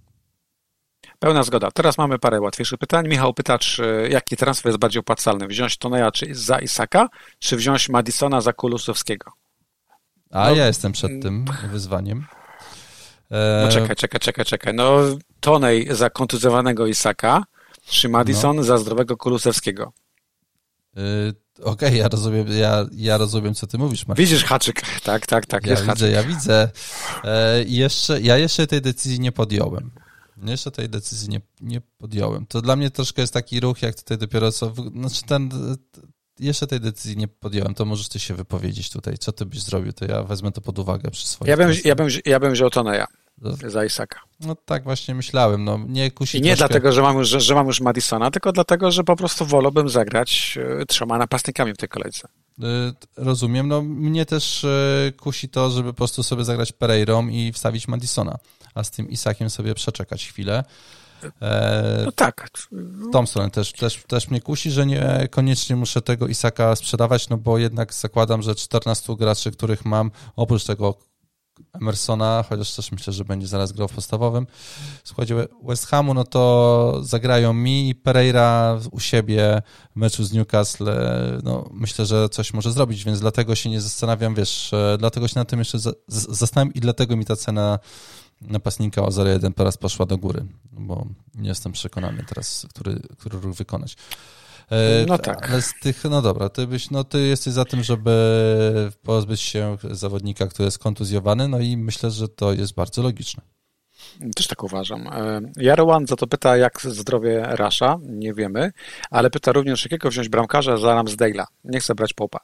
Pełna zgoda. Teraz mamy parę łatwiejszych pytań. Michał pyta, czy jaki transfer jest bardziej opłacalny? Wziąć Toneja czy za Isaka, czy wziąć Madisona za Kulusewskiego? A no, ja jestem przed tym wyzwaniem. No czekaj, czekaj, czekaj, czekaj. No Tonej za kontuzjowanego Isaka, czy Madison no. za zdrowego Kulusewskiego? Yy, Okej, okay, ja rozumiem, ja, ja rozumiem, co ty mówisz, Marcin. Widzisz haczyk, tak, tak, tak, ja jest widzę, haczyk. Ja widzę, e, jeszcze, ja jeszcze tej decyzji nie podjąłem. Jeszcze tej decyzji nie, nie podjąłem. To dla mnie troszkę jest taki ruch, jak tutaj dopiero co, znaczy ten, jeszcze tej decyzji nie podjąłem, to możesz ty się wypowiedzieć tutaj, co ty byś zrobił, to ja wezmę to pod uwagę przy swoim. Ja bym, ja bym, ja bym wziął Toneja. za Isaka. No tak właśnie myślałem. No, nie kusi I nie troszkę... dlatego, że mam, już, że, że mam już Madisona, tylko dlatego, że po prostu wolałbym zagrać trzema napastnikami w tej kolejce. Rozumiem. No mnie też kusi to, żeby po prostu sobie zagrać Pereirą i wstawić Madisona, a z tym Isakiem sobie przeczekać chwilę. No tak. W tą stronę też, też, też mnie kusi, że nie koniecznie muszę tego Isaka sprzedawać, no bo jednak zakładam, że czternastu graczy, których mam, oprócz tego Emersona, chociaż też myślę, że będzie zaraz grał w podstawowym w składzie West Hamu, no to zagrają mi i Pereira u siebie w meczu z Newcastle, no myślę, że coś może zrobić, więc dlatego się nie zastanawiam, wiesz, dlatego się na tym jeszcze zastanawiam i dlatego mi ta cena napastnika o zero jeden teraz poszła do góry, bo nie jestem przekonany teraz, który, który ruch wykonać. No tak. Ale z tych, no dobra, ty byś, no ty jesteś za tym, żeby pozbyć się zawodnika, który jest kontuzjowany, no i myślę, że to jest bardzo logiczne. Też tak uważam. Jarwan za to pyta, jak zdrowie Rasha, nie wiemy, ale pyta również, jakiego wziąć bramkarza za Ramsdale'a. Nie chce brać Popa.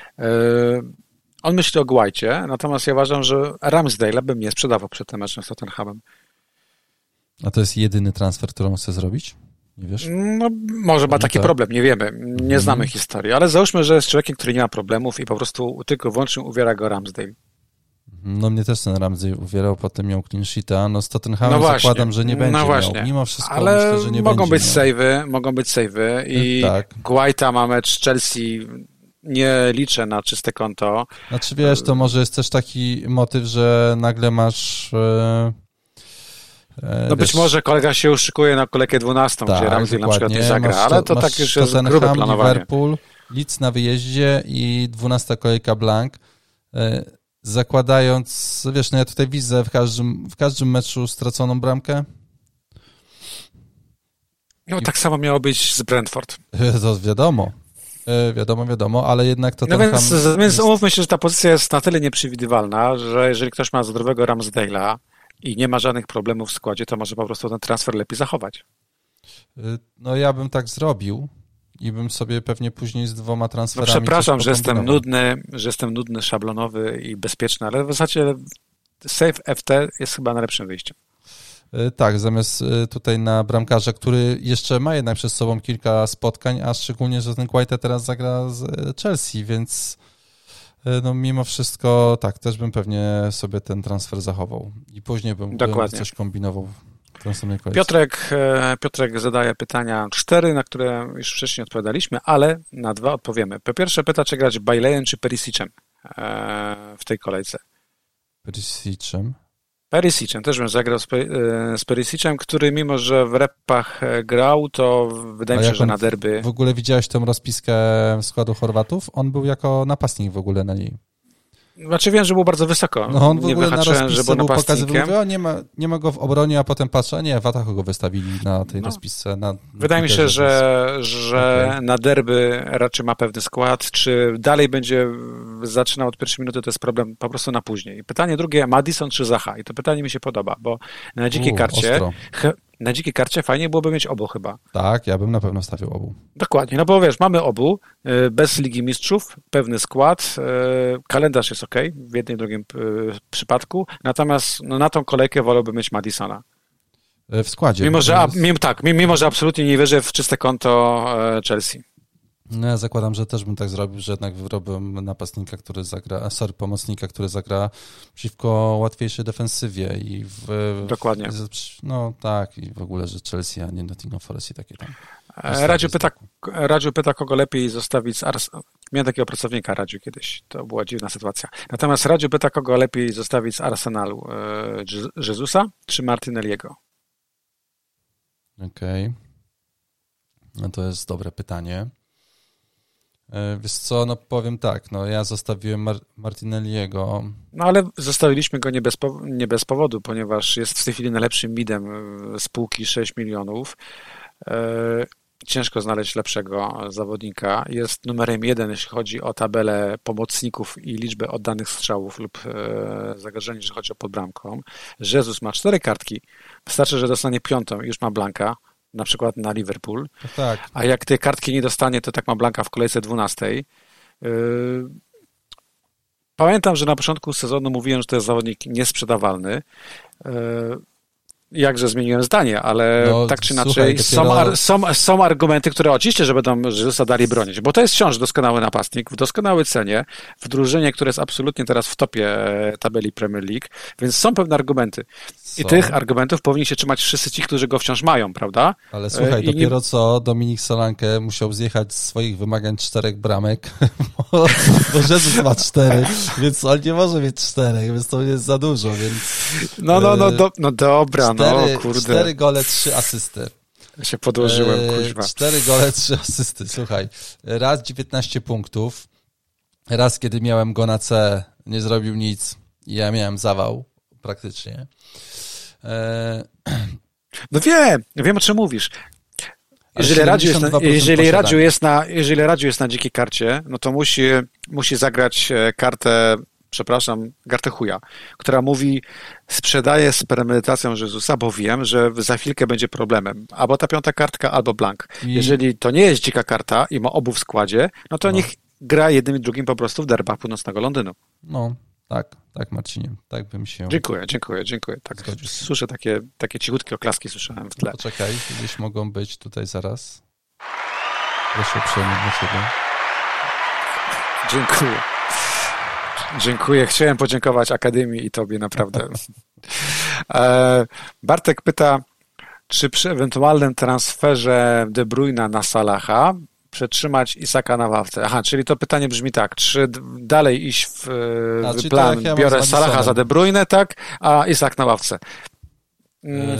On myśli o Guajcie, natomiast ja uważam, że Ramsdale'a bym nie sprzedawał przed tym meczem z Tottenhamem. A to jest jedyny transfer, który on chce zrobić? Nie wiesz? No, może ma taki tak. problem, nie wiemy, nie znamy hmm. historii, ale załóżmy, że jest człowiekiem, który nie ma problemów i po prostu tylko wyłącznie uwiera go Ramsdale. No mnie też ten Ramsdale uwierał, potem miał clean sheeta, no z Tottenhamem no zakładam, że nie będzie no właśnie. miał. Mimo wszystko ale myślę, że nie mogą będzie być miał. save'y, mogą być save'y i tak. Guaita ma mecz Chelsea, nie liczę na czyste konto. Znaczy wiesz, to może jest też taki motyw, że nagle masz... E... No być może kolega się już szykuje na kolejkę dwunastą, tak, gdzie Ramsey na przykład nie zagra, masz, ale to tak już jest grube planowanie. Liverpool, Leeds na wyjeździe i dwunasta kolejka blank. Zakładając, wiesz, no ja tutaj widzę w każdym, w każdym meczu straconą bramkę. No I... tak samo miało być z Brentford. To wiadomo. Wiadomo, wiadomo, ale jednak to... No więc, jest... więc umówmy się, że ta pozycja jest na tyle nieprzewidywalna, że jeżeli ktoś ma zdrowego Ramsdale'a i nie ma żadnych problemów w składzie, to może po prostu ten transfer lepiej zachować. No ja bym tak zrobił i bym sobie pewnie później z dwoma transferami... No przepraszam, że jestem nudny, że jestem nudny, szablonowy i bezpieczny, ale w zasadzie Save F T jest chyba najlepszym wyjściem. Tak, zamiast tutaj na bramkarza, który jeszcze ma jednak przed sobą kilka spotkań, a szczególnie, że ten Guaita teraz zagra z Chelsea, więc no mimo wszystko tak, też bym pewnie sobie ten transfer zachował i później bym, bym coś kombinował w następnej kolejce. Piotrek, Piotrek zadaje pytania cztery, na które już wcześniej odpowiadaliśmy, ale na dwa odpowiemy. Po pierwsze pyta, czy grać Baileyem czy Perisicem w tej kolejce. Perisicem? Perisicem, też bym zagrał z, z Perisicem, który mimo, że w repach grał, to wydaje mi się, że na derby... W ogóle widziałeś tą rozpiskę składu Chorwatów? On był jako napastnik w ogóle na niej. Znaczy wiem, że był bardzo wysoko. No on w ogóle na rozpisce był pokazywał, o, nie ma, nie ma go w obronie, a potem patrzę, nie, w ataku go wystawili na tej no. rozpisce. Na, wydaje na mi się, że, że okay. na derby raczej ma pewny skład. Czy dalej będzie zaczynał od pierwszej minuty, to jest problem po prostu na później. Pytanie drugie, Maddison czy Zaha? I to pytanie mi się podoba, bo na dzikiej U, karcie... Ostro. Na dzikiej karcie fajnie byłoby mieć obu chyba. Tak, ja bym na pewno stawiał obu. Dokładnie, no bo wiesz, mamy obu, bez Ligi Mistrzów, pewny skład, kalendarz jest ok w jednym i drugim przypadku, natomiast no, na tą kolejkę wolałbym mieć Maddisona. W składzie. Mimo, że, jest... mimo, tak, mimo, że absolutnie nie wierzę w czyste konto Chelsea. No ja zakładam, że też bym tak zrobił, że jednak wyrobiłbym napastnika, który zagra, sorry, pomocnika, który zagra przeciwko łatwiejszej defensywie i w... Dokładnie. W, no tak, i w ogóle, że Chelsea, a nie Nottingham Forest i takie tam. Radziu pyta, Radziu pyta, kogo lepiej zostawić z Ars... Miałem takiego pracownika, Radziu, kiedyś. To była dziwna sytuacja. Natomiast Radziu pyta, kogo lepiej zostawić z Arsenalu. Jezusa czy Martinelliego? Okej. Okay. No to jest dobre pytanie. Wiesz co, no powiem tak, no ja zostawiłem Mar- Martinelliego. No ale zostawiliśmy go nie bez, po- nie bez powodu, ponieważ jest w tej chwili najlepszym midem spółki sześć milionów. Yy, ciężko znaleźć lepszego zawodnika. Jest numerem jeden, jeśli chodzi o tabelę pomocników i liczbę oddanych strzałów lub yy, zagrożeń, jeżeli chodzi o podbramką. Jesus ma cztery kartki. Wystarczy, że dostanie piątą i już ma blanka. Na przykład na Liverpool, tak. A jak tej kartki nie dostanie, to tak ma blanka w kolejce dwunastej. Yy, Pamiętam, że na początku sezonu mówiłem, że to jest zawodnik niesprzedawalny. Jakże zmieniłem zdanie, ale no, tak czy inaczej słuchaj, dopiero... są, ar, są, są argumenty, które oczywiście, że będą Jezusa dali bronić, bo to jest wciąż doskonały napastnik, w doskonałej cenie, w drużynie, które jest absolutnie teraz w topie tabeli Premier League, więc są pewne argumenty. I są. Tych argumentów powinni się trzymać wszyscy ci, którzy go wciąż mają, prawda? Ale słuchaj, I dopiero nie... co Dominik Solanke musiał zjechać z swoich wymagań czterech bramek, bo, bo Jezus ma cztery, więc on nie może mieć czterech, więc to jest za dużo, więc... No, no, no, do, no dobra, no. Cztery, no, kurde. cztery gole, trzy asysty. Ja się podłożyłem, kuźwa. Cztery gole, trzy asysty. Słuchaj, raz dziewiętnaście punktów, raz kiedy miałem go na C, nie zrobił nic i ja miałem zawał praktycznie. E... No wiem, wiem o czym mówisz. Jeżeli Radziu jest, na, jeżeli Radziu jest na, jeżeli Radziu jest na dzikiej karcie, no to musi, musi zagrać kartę, przepraszam, kartę chuja, która mówi, sprzedaję z premedytacją Jezusa, bo wiem, że za chwilkę będzie problemem. Albo ta piąta kartka, albo blank. I... Jeżeli to nie jest dzika karta i ma obu w składzie, no to no. niech gra jednym i drugim po prostu w derbach północnego Londynu. No, tak, tak Marcinie, tak bym się... Dziękuję, dziękuję, dziękuję. Tak, słyszę takie, takie cichutkie oklaski, słyszałem w tle. No poczekaj, gdzieś mogą być tutaj zaraz. Proszę uprzejmie dla ciebie. Dziękuję. Dziękuję. Chciałem podziękować Akademii i tobie naprawdę. Bartek pyta, czy przy ewentualnym transferze De Bruyna na Salaha przetrzymać Isaka na ławce? Aha, czyli to pytanie brzmi tak, czy dalej iść w, a, w plan, tak, ja biorę Salaha za De Bruyne, tak, a Isak na ławce. Mm.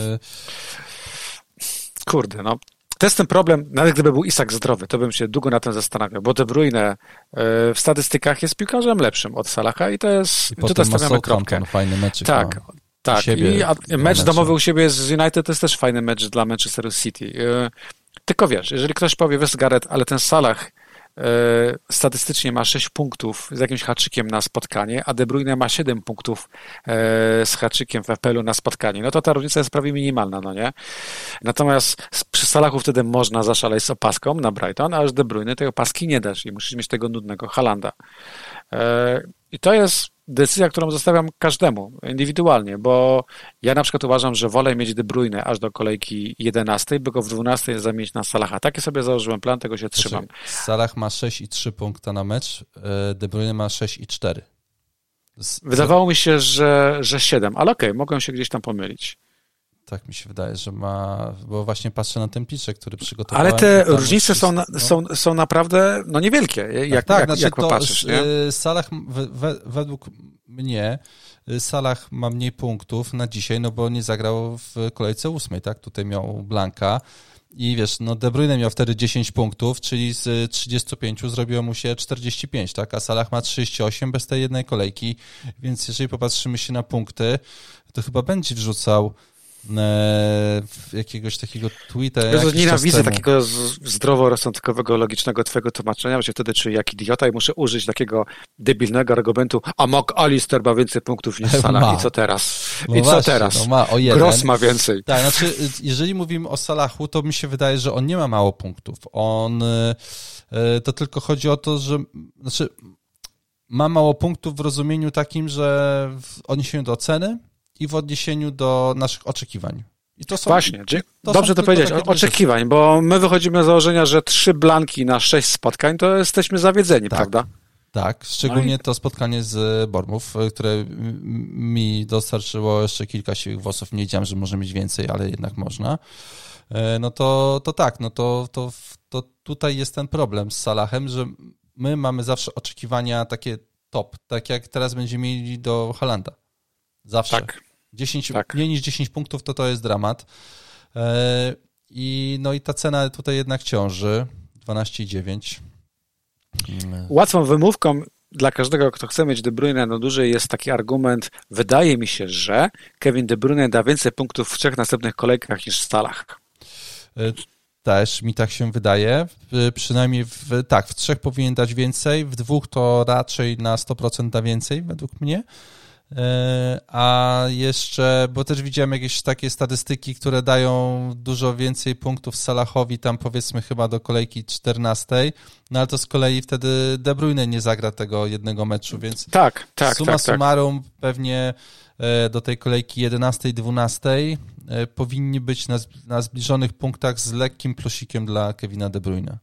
Kurde, no. To jest ten problem, nawet gdyby był Isak zdrowy, to bym się długo na tym zastanawiał, bo De Bruyne w statystykach jest piłkarzem lepszym od Salaha i to jest, I tutaj stawiamy kropkę. Fajny meczyk tak, ma. Tak, i mecz domowy u siebie z United to jest też fajny mecz dla Manchesteru City. Tylko wiesz, jeżeli ktoś powie, wiesz Gareth, ale ten Salah statystycznie ma sześć punktów z jakimś haczykiem na spotkanie, a De Bruyne ma siedem punktów z haczykiem w F P L-u na spotkanie, no to ta różnica jest prawie minimalna, no nie? Natomiast przy Salahu wtedy można zaszaleć z opaską na Brighton, a już De Bruyne tej opaski nie dasz i musisz mieć tego nudnego Haalanda. I to jest decyzja, którą zostawiam każdemu indywidualnie, bo ja na przykład uważam, że wolę mieć De Bruyne aż do kolejki jedenastej, by go w dwunastej zamienić na Salaha. Taki sobie założyłem plan, tego się trzymam. Salah ma sześć i trzy punkta na mecz, De Bruyne ma sześć i cztery. Z... Wydawało mi się, że, że siedem, ale okej, okay, mogę się gdzieś tam pomylić. Tak mi się wydaje, że ma, bo właśnie patrzę na ten piczek, który przygotowałem. Ale te różnice są, na, są, są naprawdę no niewielkie, jak, tak, jak, znaczy jak popatrzysz. Nie? Salah, we, według mnie, Salah ma mniej punktów na dzisiaj, no bo nie zagrał w kolejce ósmej, tak? Tutaj miał Blanka i wiesz, no De Bruyne miał wtedy dziesięć punktów, czyli z trzydziestu pięciu zrobiło mu się czterdzieści pięć, tak? A Salah ma trzydzieści osiem bez tej jednej kolejki, więc jeżeli popatrzymy się na punkty, to chyba będzie wrzucał jakiegoś takiego tweeta. Ja nienawidzę takiego zdroworozsądkowego, logicznego twojego tłumaczenia, bo się wtedy czuję jak idiota i muszę użyć takiego debilnego argumentu, a McAllister ma więcej punktów niż Salah. I co teraz? No I właśnie, co teraz? No ma o jeden. Gross ma więcej. Tak, znaczy, jeżeli mówimy o Salahu, to mi się wydaje, że on nie ma mało punktów. On, to tylko chodzi o to, że znaczy, ma mało punktów w rozumieniu takim, że w odniesieniu do oceny i w odniesieniu do naszych oczekiwań. I to są, Właśnie, to dobrze to powiedzieć, oczekiwań, rzeczy. Bo my wychodzimy z założenia, że trzy blanki na sześć spotkań, to jesteśmy zawiedzeni, tak, prawda? Tak, szczególnie no i... to spotkanie z Bournemouth, które mi dostarczyło jeszcze kilka siwych włosów, nie wiedziałem, że może mieć więcej, ale jednak można. No to, to tak, no to, to, to tutaj jest ten problem z Salahem, że my mamy zawsze oczekiwania takie top, tak jak teraz będziemy mieli do Haalanda. Zawsze. Tak. dziesięć, tak. Mniej niż dziesięć punktów to to jest dramat. I, no i ta cena tutaj jednak ciąży. dwanaście i dziewięć. Łatwą wymówką dla każdego, kto chce mieć De Bruyne na dłużej jest taki argument, wydaje mi się, że Kevin De Bruyne da więcej punktów w trzech następnych kolejkach niż w Salah. Też mi tak się wydaje. Przynajmniej w, tak, w trzech powinien dać więcej, w dwóch to raczej na sto procent da więcej według mnie. A jeszcze, bo też widziałem jakieś takie statystyki, które dają dużo więcej punktów Salahowi, tam powiedzmy chyba do kolejki czternastej, no ale to z kolei wtedy De Bruyne nie zagra tego jednego meczu, więc tak, tak, summa tak, summarum tak. Pewnie do tej kolejki jedenastej, dwunastej powinni być na, na zbliżonych punktach z lekkim plusikiem dla Kevina De Bruyne.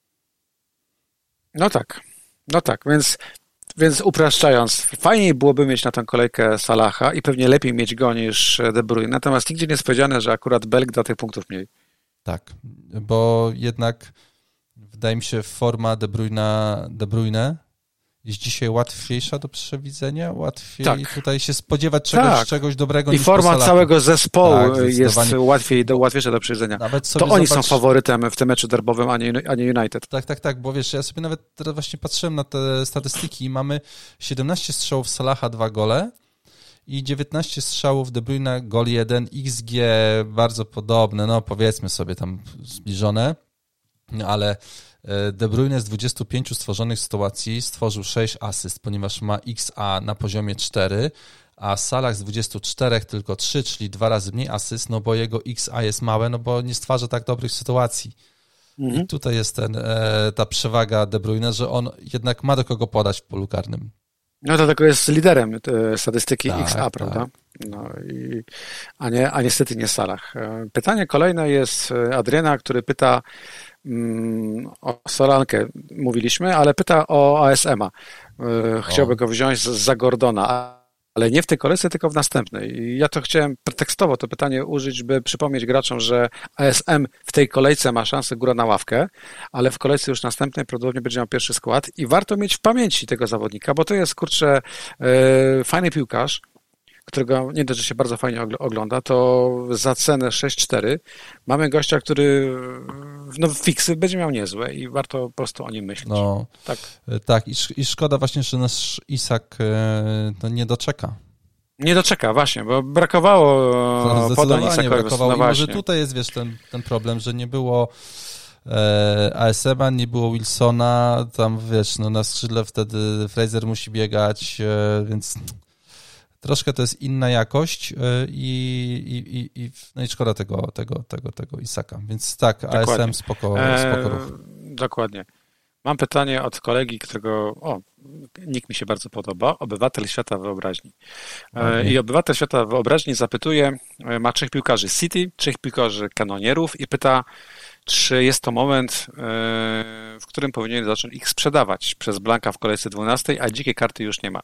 No tak, no tak, więc Więc upraszczając, fajniej byłoby mieć na tę kolejkę Salaha i pewnie lepiej mieć go niż De Bruyne, natomiast nigdzie nie jest powiedziane, że akurat Belg da tych punktów mniej. Tak, bo jednak wydaje mi się forma De Bruyne, De Bruyne jest dzisiaj łatwiejsza do przewidzenia, łatwiej tak. tutaj się spodziewać czegoś, tak. czegoś dobrego I niż forma całego zespołu tak, jest łatwiej, do, łatwiejsza do przewidzenia. Nawet sobie to oni zobacz... są faworytem w tym meczu derbowym, a nie, a nie United. Tak, tak, tak, bo wiesz, ja sobie nawet teraz właśnie patrzyłem na te statystyki i mamy siedemnaście strzałów Salaha, dwa gole i dziewiętnaście strzałów De Bruyne, gol jeden, X G bardzo podobne, no powiedzmy sobie tam zbliżone, ale De Bruyne z dwudziestu pięciu stworzonych sytuacji stworzył sześć asyst, ponieważ ma X A na poziomie cztery, a Salah z dwudziestu czterech tylko trzy, czyli dwa razy mniej asyst, no bo jego X A jest małe, no bo nie stwarza tak dobrych sytuacji. Mhm. I tutaj jest ten, ta przewaga De Bruyne, że on jednak ma do kogo podać w polu karnym. No to tylko jest liderem statystyki tak, X A, tak. prawda? No i, a, nie, a niestety nie Salah. Pytanie kolejne jest Adriana, który pyta o Solankę mówiliśmy, ale pyta o A S M-a. Chciałby o. go wziąć za Gordona, ale nie w tej kolejce, tylko w następnej. I ja to chciałem pretekstowo to pytanie użyć, by przypomnieć graczom, że A S M w tej kolejce ma szansę góra na ławkę, ale w kolejce już następnej prawdopodobnie będzie miał pierwszy skład i warto mieć w pamięci tego zawodnika, bo to jest, kurczę, yy, fajny piłkarz, którego nie dość, że się bardzo fajnie ogląda, to za cenę sześć cztery mamy gościa, który no, fiksy będzie miał niezłe i warto po prostu o nim myśleć. No, tak, tak. I, i szkoda właśnie, że nasz Isak no, nie doczeka. Nie doczeka, właśnie, bo brakowało podań Isakowi. Brakowało. No I może tutaj jest, wiesz, ten, ten problem, że nie było e, A S M-a, nie było Wilsona, tam, wiesz, no, na skrzydle wtedy Fraser musi biegać, e, więc... Troszkę to jest inna jakość i, i, i, no i szkoda tego, tego, tego, tego Isaka. Więc tak, dokładnie. A S M spoko, spoko ruch. E, dokładnie. Mam pytanie od kolegi, którego, o, nick mi się bardzo podoba, obywatel świata wyobraźni. E, I obywatel świata wyobraźni zapytuje, ma trzech piłkarzy City, trzech piłkarzy kanonierów i pyta, czy jest to moment, e, w którym powinien zacząć ich sprzedawać przez Blanka w kolejce dwunastej, a dzikiej karty już nie ma.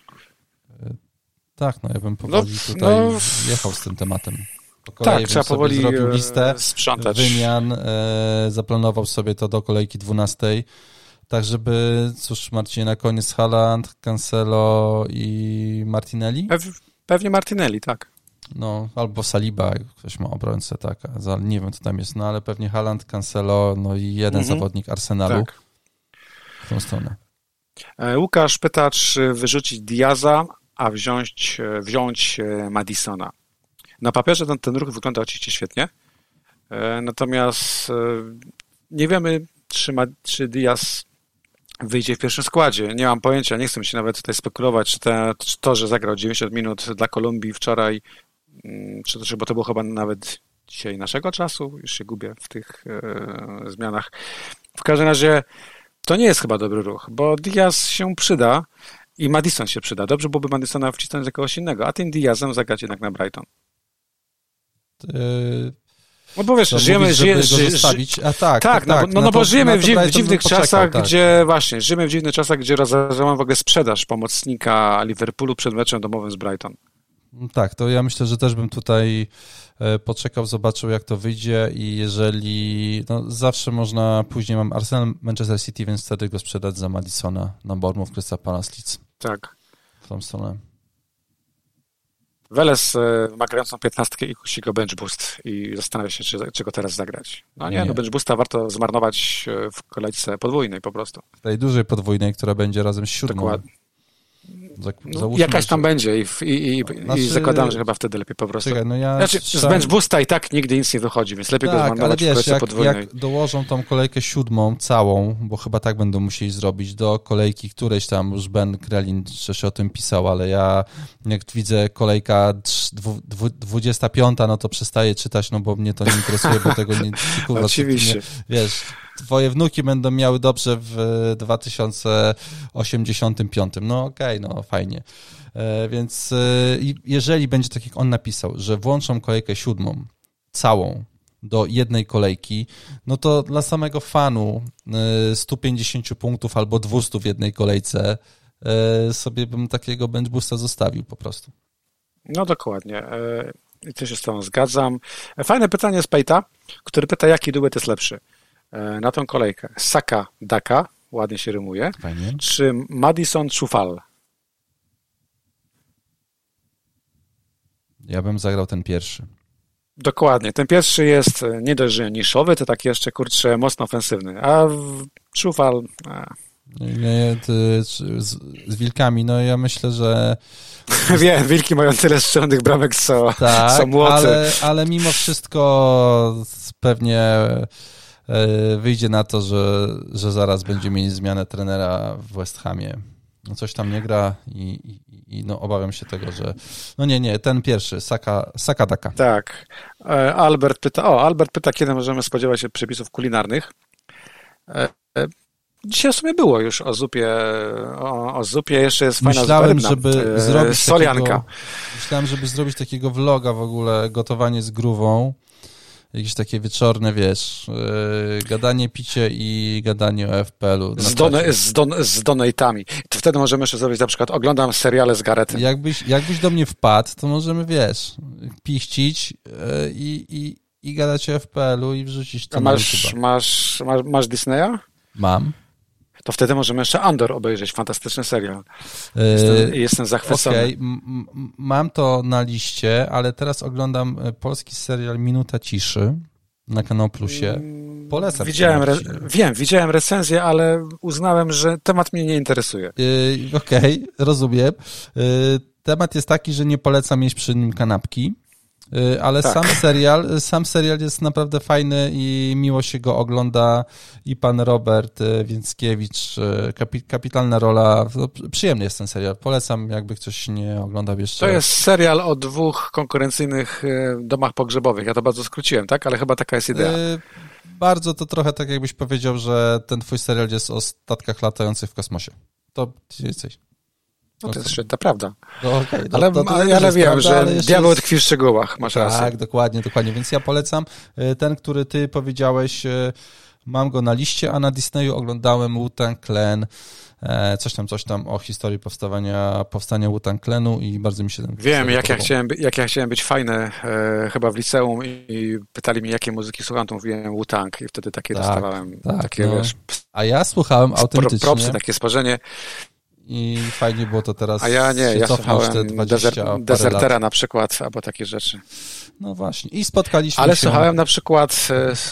Tak, no ja bym powoli no, tutaj no, jechał z tym tematem. Po kolei tak, trzeba powoli zrobił listę sprzątać. Wymian, e, zaplanował sobie to do kolejki dwunastej, tak żeby, cóż, Marcinie, na koniec Haaland, Cancelo i Martinelli? Pew, pewnie Martinelli, tak. No, albo Saliba, jak ktoś ma obrońcę, tak, nie wiem, co tam jest, no ale pewnie Haaland, Cancelo, no i jeden mhm. zawodnik Arsenalu tak. w tą stronę. Łukasz pyta, czy wyrzucić Diaza, a wziąć, wziąć Madisona. Na papierze ten, ten ruch wygląda oczywiście świetnie, natomiast nie wiemy, czy, ma, czy Diaz wyjdzie w pierwszym składzie. Nie mam pojęcia, nie chcę się nawet tutaj spekulować, czy, te, czy to, że zagrał dziewięćdziesiąt minut dla Kolumbii wczoraj, czy to, bo to było chyba nawet dzisiaj naszego czasu, już się gubię w tych e, zmianach. W każdym razie to nie jest chyba dobry ruch, bo Diaz się przyda, i Maddison się przyda. Dobrze byłoby Maddisona wcisnąć z kogoś innego, a tym Diazem zagrać jednak na Brighton. Yy, no bo wiesz, żyjemy... Mówisz, żyje, ży, zostawić. A tak, tak, no, tak, no, no bo to, żyjemy w, dziw, w dziwnych poczekał, czasach, tak. gdzie właśnie, żyjemy w dziwnych czasach, gdzie rozważamy w ogóle sprzedaż pomocnika Liverpoolu przed meczem domowym z Brighton. Tak, to ja myślę, że też bym tutaj poczekał, zobaczył jak to wyjdzie i jeżeli, no zawsze można, później mam Arsenal, Manchester City, więc wtedy go sprzedać za Maddisona na Bournemouth, Crystal Palace, Leeds. Tak. W tą stronę. Weles ma grającą piętnastkę i kusi go bench boost i zastanawia się, czy, czy go teraz zagrać. No nie, nie. no bench boosta warto zmarnować w kolejce podwójnej po prostu. W tej dużej podwójnej, która będzie razem z siódmą. Dokładnie. No, jakaś tam że... będzie i, i, i, znaczy... i zakładam, że chyba wtedy lepiej po prostu. Czekaj, no ja znaczy, z bench boosta i tak nigdy nic nie wychodzi, więc lepiej tak, go zmarnować ale wiesz, w kolejce jak, podwójnej. jak dołożą tą kolejkę siódmą całą, bo chyba tak będą musieli zrobić, do kolejki którejś tam, już Ben Krelin się o tym pisał, ale ja jak widzę kolejka dwudziesta piąta, no to przestaję czytać, no bo mnie to nie interesuje, bo tego nie... Kurwa, oczywiście. Nie, wiesz, twoje wnuki będą miały dobrze w dwa tysiące osiemdziesiątym piątym. No okej, okay, no fajnie. E, więc e, jeżeli będzie tak, jak on napisał, że włączą kolejkę siódmą całą do jednej kolejki, no to dla samego fanu e, sto pięćdziesiąt punktów albo dwieście w jednej kolejce e, sobie bym takiego bench boosta zostawił po prostu. No dokładnie. I też się z tą zgadzam. Fajne pytanie z Pejta, który pyta, jaki duet jest lepszy na tą kolejkę. Saka Daka, ładnie się rymuje, fajnie. Czy Madison Chufal? Ja bym zagrał ten pierwszy. Dokładnie. Ten pierwszy jest nie dość, że niszowy, to taki jeszcze, kurczę, mocno ofensywny. A Chufal... Nie, ty, z, z wilkami, no ja myślę, że... Wiem, wilki mają tyle strzelonych bramek, co, tak, co młoty. Ale, ale mimo wszystko pewnie wyjdzie na to, że, że zaraz będzie mieli zmianę trenera w West Hamie. No coś tam nie gra i, i, i no obawiam się tego, że... No nie, nie, ten pierwszy, Saka, Saka Daka. Tak. Albert pyta, o, Albert pyta, kiedy możemy spodziewać się przepisów kulinarnych. Dzisiaj w sumie było już o zupie, o, o zupie jeszcze jest fajna myślałem, zupa żeby rybna, zrobić solianka. Takiego, myślałem, żeby zrobić takiego vloga w ogóle, gotowanie z grówą, jakieś takie wieczorne, wiesz, yy, gadanie, picie i gadanie o F P L-u. Z, don, z, don, z donate'ami. To wtedy możemy jeszcze zrobić na przykład, oglądam seriale z Garethem. Jakbyś, jakbyś do mnie wpadł, to możemy, wiesz, pichcić yy, i, i, i gadać o F P L-u i wrzucić to. A masz, masz, masz, masz Disneya? Mam. To wtedy możemy jeszcze Andor obejrzeć, fantastyczny serial. Jestem, jestem zachwycony. Okej, okay. Mam to na liście, ale teraz oglądam polski serial Minuta Ciszy na Kanał Plusie. Polecam. Widziałem re- wiem, widziałem recenzję, ale uznałem, że temat mnie nie interesuje. Yy, Okej, okay, rozumiem. Yy, temat jest taki, że nie polecam jeść przy nim kanapki. Ale tak. sam serial, sam serial jest naprawdę fajny i miło się go ogląda i pan Robert Więckiewicz, kapi, kapitalna rola, no, przyjemny jest ten serial, polecam, jakby ktoś nie oglądał jeszcze. To jest serial o dwóch konkurencyjnych domach pogrzebowych, ja to bardzo skróciłem, tak? Ale chyba taka jest idea. Yy, bardzo to trochę tak jakbyś powiedział, że ten twój serial jest o statkach latających w kosmosie. To jesteś. No to jest świetna prawda. No, okay. ale to, to, to ale, ale wiem, prawda, że ale diabeł jest... tkwi w szczegółach, masz tak, rację. Tak, dokładnie, dokładnie, więc ja polecam. Ten, który ty powiedziałeś, mam go na liście, a na Disneyu oglądałem Wu-Tang Clan, coś tam, coś tam o historii powstawania, powstania Wu-Tang Clanu i bardzo mi się ten Wiem, jak ja, chciałem, jak ja chciałem być fajny e, chyba w liceum i, i pytali mnie, jakie muzyki słucham, to mówiłem Wu-Tang i wtedy takie tak, dostawałem. Tak, takie, no. wiesz, a ja słuchałem autentycznie. Propsy, takie sparzenie. I fajnie było to teraz. A ja nie, ja słuchałem dwadzieścia Desertera na przykład, albo takie rzeczy. No właśnie. I spotkaliśmy ale się. Ale słuchałem na przykład,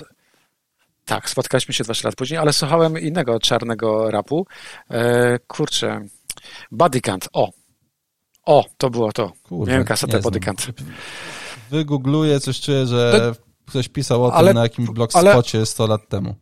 tak, spotkaliśmy się dwadzieścia lat później, ale słuchałem innego czarnego rapu. E, kurczę, Bodycount, o. O, to było to. Kurde, miałem kasetę Bodycount. Wygoogluję, coś czuję, że to... ktoś pisał o ale, tym na jakimś blogspocie ale... sto lat temu.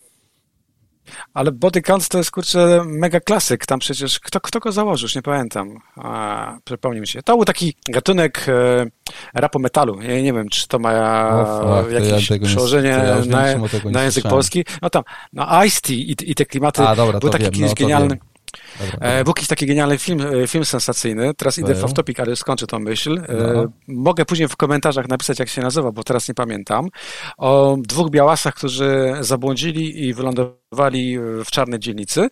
Ale Body Count to jest, kurczę, mega klasyk. Tam przecież, kto, kto go założył, już nie pamiętam. A, przypomnij mi się. To był taki gatunek e, rapu metalu. Ja nie wiem, czy to ma o, fuck, jakieś ja przełożenie ja na, na język polski. No tam, no Ice-T i, i te klimaty. A, dobra, był taki wiem, no, genialny. Dobra, dobra. Był jakiś taki genialny film, film sensacyjny. Teraz idę w off-topic, ale skończę tą myśl. No. Mogę później w komentarzach napisać, jak się nazywa, bo teraz nie pamiętam. O dwóch białasach, którzy zabłądzili i wylądowali w czarnej dzielnicy.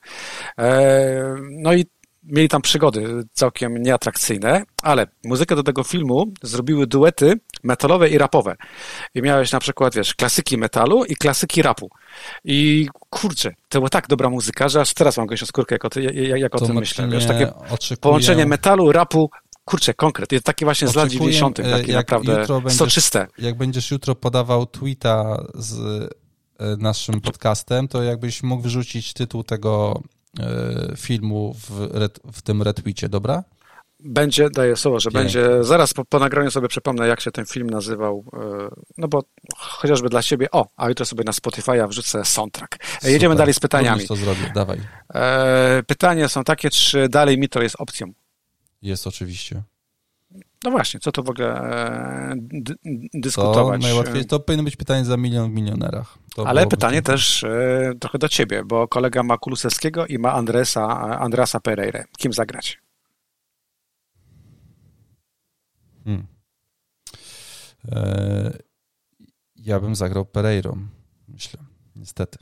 No i mieli tam przygody całkiem nieatrakcyjne, ale muzykę do tego filmu zrobiły duety metalowe i rapowe. I miałeś na przykład, wiesz, klasyki metalu i klasyki rapu. I kurczę, to była tak dobra muzyka, że aż teraz mam gęsią skórkę, jak o, ty, jak, jak o tym myślę. Wiesz, takie oczekuję... połączenie metalu, rapu, kurczę, konkret. Jest taki właśnie z lat dziewięćdziesiątych, takie naprawdę soczyste. Jak będziesz jutro podawał tweeta z naszym podcastem, to jakbyś mógł wyrzucić tytuł tego filmu w, red, w tym retweetie, dobra? Będzie, daję słowo, że Dzięki. będzie, zaraz po, po nagraniu sobie przypomnę, jak się ten film nazywał, no bo chociażby dla siebie, o, a jutro sobie na Spotify'a wrzucę soundtrack. Super. Jedziemy dalej z pytaniami. to zrobię, dawaj. E, pytania są takie, czy dalej Mitro jest opcją? Jest oczywiście. No właśnie, co tu w ogóle e, d- dyskutować? To najłatwiej, to powinno być pytanie za milion w milionerach. To Ale pytanie też e, trochę do ciebie, bo kolega ma Kulusewskiego i ma Andresa, Andrasa Pereira. Kim zagrać? Hmm. E, ja bym zagrał Pereirą, myślę, niestety.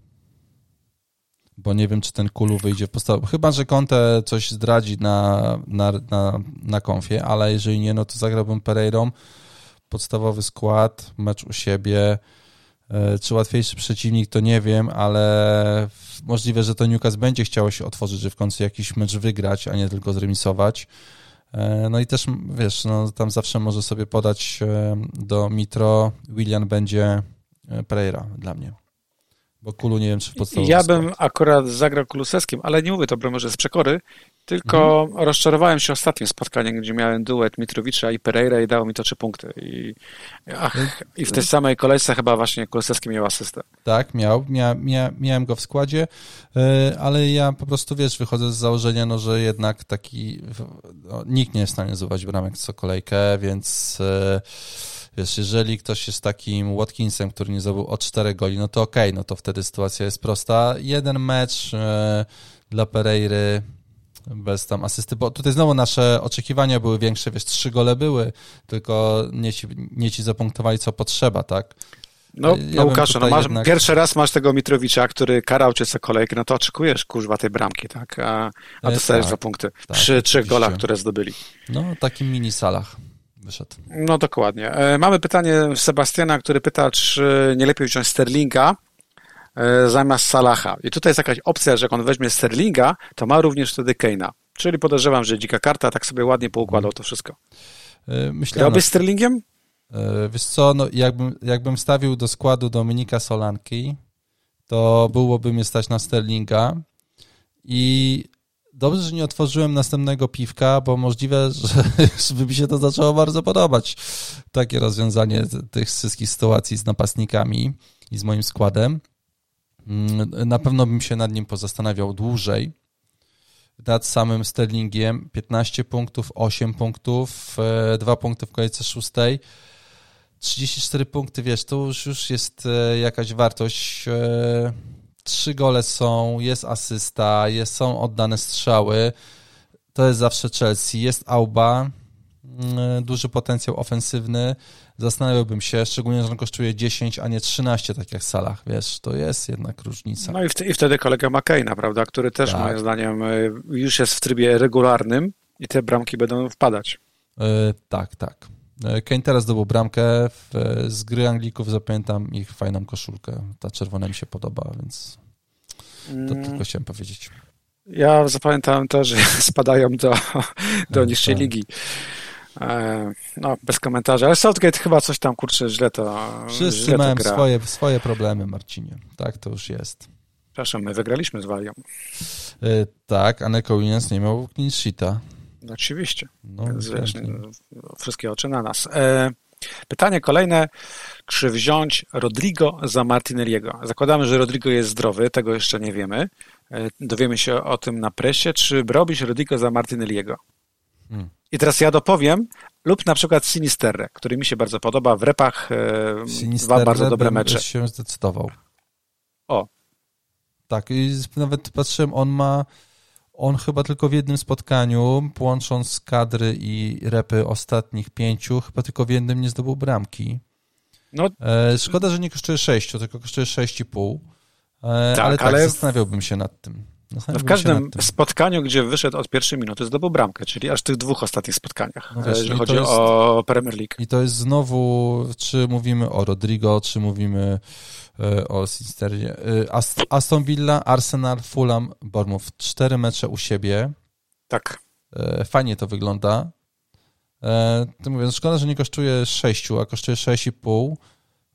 Bo nie wiem, czy ten Kulu wyjdzie w podstawę. Chyba, że Conte coś zdradzi na, na, na, na konfie, ale jeżeli nie, no to zagrałbym Pereirą. Podstawowy skład, mecz u siebie. E, czy łatwiejszy przeciwnik, to nie wiem, ale możliwe, że to Newcastle będzie chciało się otworzyć, że w końcu jakiś mecz wygrać, a nie tylko zremisować. No i też, wiesz, no, tam zawsze może sobie podać do Mitro. Willian będzie Pereira dla mnie. Bo Kulu nie wiem, czy w podstawowy Ja skład. bym akurat zagrał Kulusewskim, ale nie mówię to może z przekory, tylko mhm. rozczarowałem się ostatnim spotkaniem, gdzie miałem duet Mitrowicza i Pereira i dało mi to trzy punkty. I, ach, i w tej samej kolejce chyba właśnie Kulusewski miał asystę. Tak, miał. Mia, mia, miałem go w składzie, ale ja po prostu, wiesz, wychodzę z założenia, no, że jednak taki no, nikt nie jest w stanie zdobywać bramek co kolejkę, więc wiesz, jeżeli ktoś jest takim Watkinsem, który nie zdobył od czterech goli, no to okej, okay, no to wtedy sytuacja jest prosta. Jeden mecz e, dla Pereiry bez tam asysty, bo tutaj znowu nasze oczekiwania były większe, wiesz, trzy gole były, tylko nie ci, nie ci zapunktowali, co potrzeba, tak? No, ja no Łukaszu, no masz, jednak... pierwszy raz masz tego Mitrowicza, który karał cię co kolejkę, no to oczekujesz, kurwa, tej bramki, tak? A, a dostajesz tak, za punkty tak, przy trzech golach, które zdobyli. No, takim mini salach wyszedł. No dokładnie. E, mamy pytanie Sebastiana, który pyta, czy nie lepiej wziąć Sterlinga e, zamiast Salaha. I tutaj jest jakaś opcja, że jak on weźmie Sterlinga, to ma również wtedy Kane'a. Czyli podejrzewam, że dzika karta tak sobie ładnie poukładał to wszystko. Myślałem, Grałbyś z Sterlingiem? Wiesz co, no jakbym, jakbym wstawił do składu Dominika Solanki, to byłoby mnie stać na Sterlinga i dobrze, że nie otworzyłem następnego piwka, bo możliwe, że by mi się to zaczęło bardzo podobać. Takie rozwiązanie tych wszystkich sytuacji z napastnikami i z moim składem. Na pewno bym się nad nim pozastanawiał dłużej. Nad samym Sterlingiem piętnaście punktów, osiem punktów, dwa punkty w kolejce szóstej. trzydzieści cztery punkty, wiesz, to już, już jest jakaś wartość. Trzy gole są, jest asysta, jest, są oddane strzały. To jest zawsze Chelsea. Jest Auba, duży potencjał ofensywny. Zastanawiałbym się, szczególnie, że on kosztuje dziesięć, a nie trzynaście, tak jak w Salach, wiesz, to jest jednak różnica. No i, w, i wtedy kolega McCaina, prawda, który też tak. moim zdaniem już jest w trybie regularnym i te bramki będą wpadać. Yy, tak, tak. Kane teraz zdobył bramkę. W, z gry Anglików zapamiętam ich fajną koszulkę. Ta czerwona mi się podoba, więc to mm. tylko chciałem powiedzieć. Ja zapamiętałem to, że spadają do, do niższej tak. ligi. No, bez komentarza. Ale Southgate chyba coś tam, kurczę, źle to Wszyscy źle mają to gra. swoje, swoje problemy, Marcinie. Tak to już jest. Przepraszam, my wygraliśmy z Walią. Yy, tak, a Neco Williams nie miał clean sheeta. No, oczywiście. No, Więc, wiesz, wszystkie oczy na nas. E, pytanie kolejne. Czy wziąć Rodrigo za Martinelliego? Zakładamy, że Rodrigo jest zdrowy, tego jeszcze nie wiemy. E, dowiemy się o tym na presie. Czy robisz Rodrigo za Martinelliego? Hmm. I teraz ja dopowiem, lub na przykład Sinisterre, który mi się bardzo podoba. W repach e, dwa bardzo dobre mecze. się zdecydował. O. Tak, i nawet patrzyłem, on ma On chyba tylko w jednym spotkaniu, łącząc kadry i repy ostatnich pięciu, chyba tylko w jednym nie zdobył bramki. No, e, szkoda, że nie kosztuje sześciu, tylko kosztuje sześć i pół. E, tak, ale tak, ale zastanawiałbym się nad tym. W każdym spotkaniu, gdzie wyszedł od pierwszej minuty, zdobył bramkę, czyli aż w tych dwóch ostatnich spotkaniach, no wiesz, jeżeli chodzi jest, o Premier League. I to jest znowu, czy mówimy o Rodrigo, czy mówimy o Sinisternie. Aston Villa, Arsenal, Fulham, Bournemouth. Cztery mecze u siebie. Tak. Fajnie to wygląda. To mówię, szkoda, że nie kosztuje sześciu, a kosztuje sześć i pół.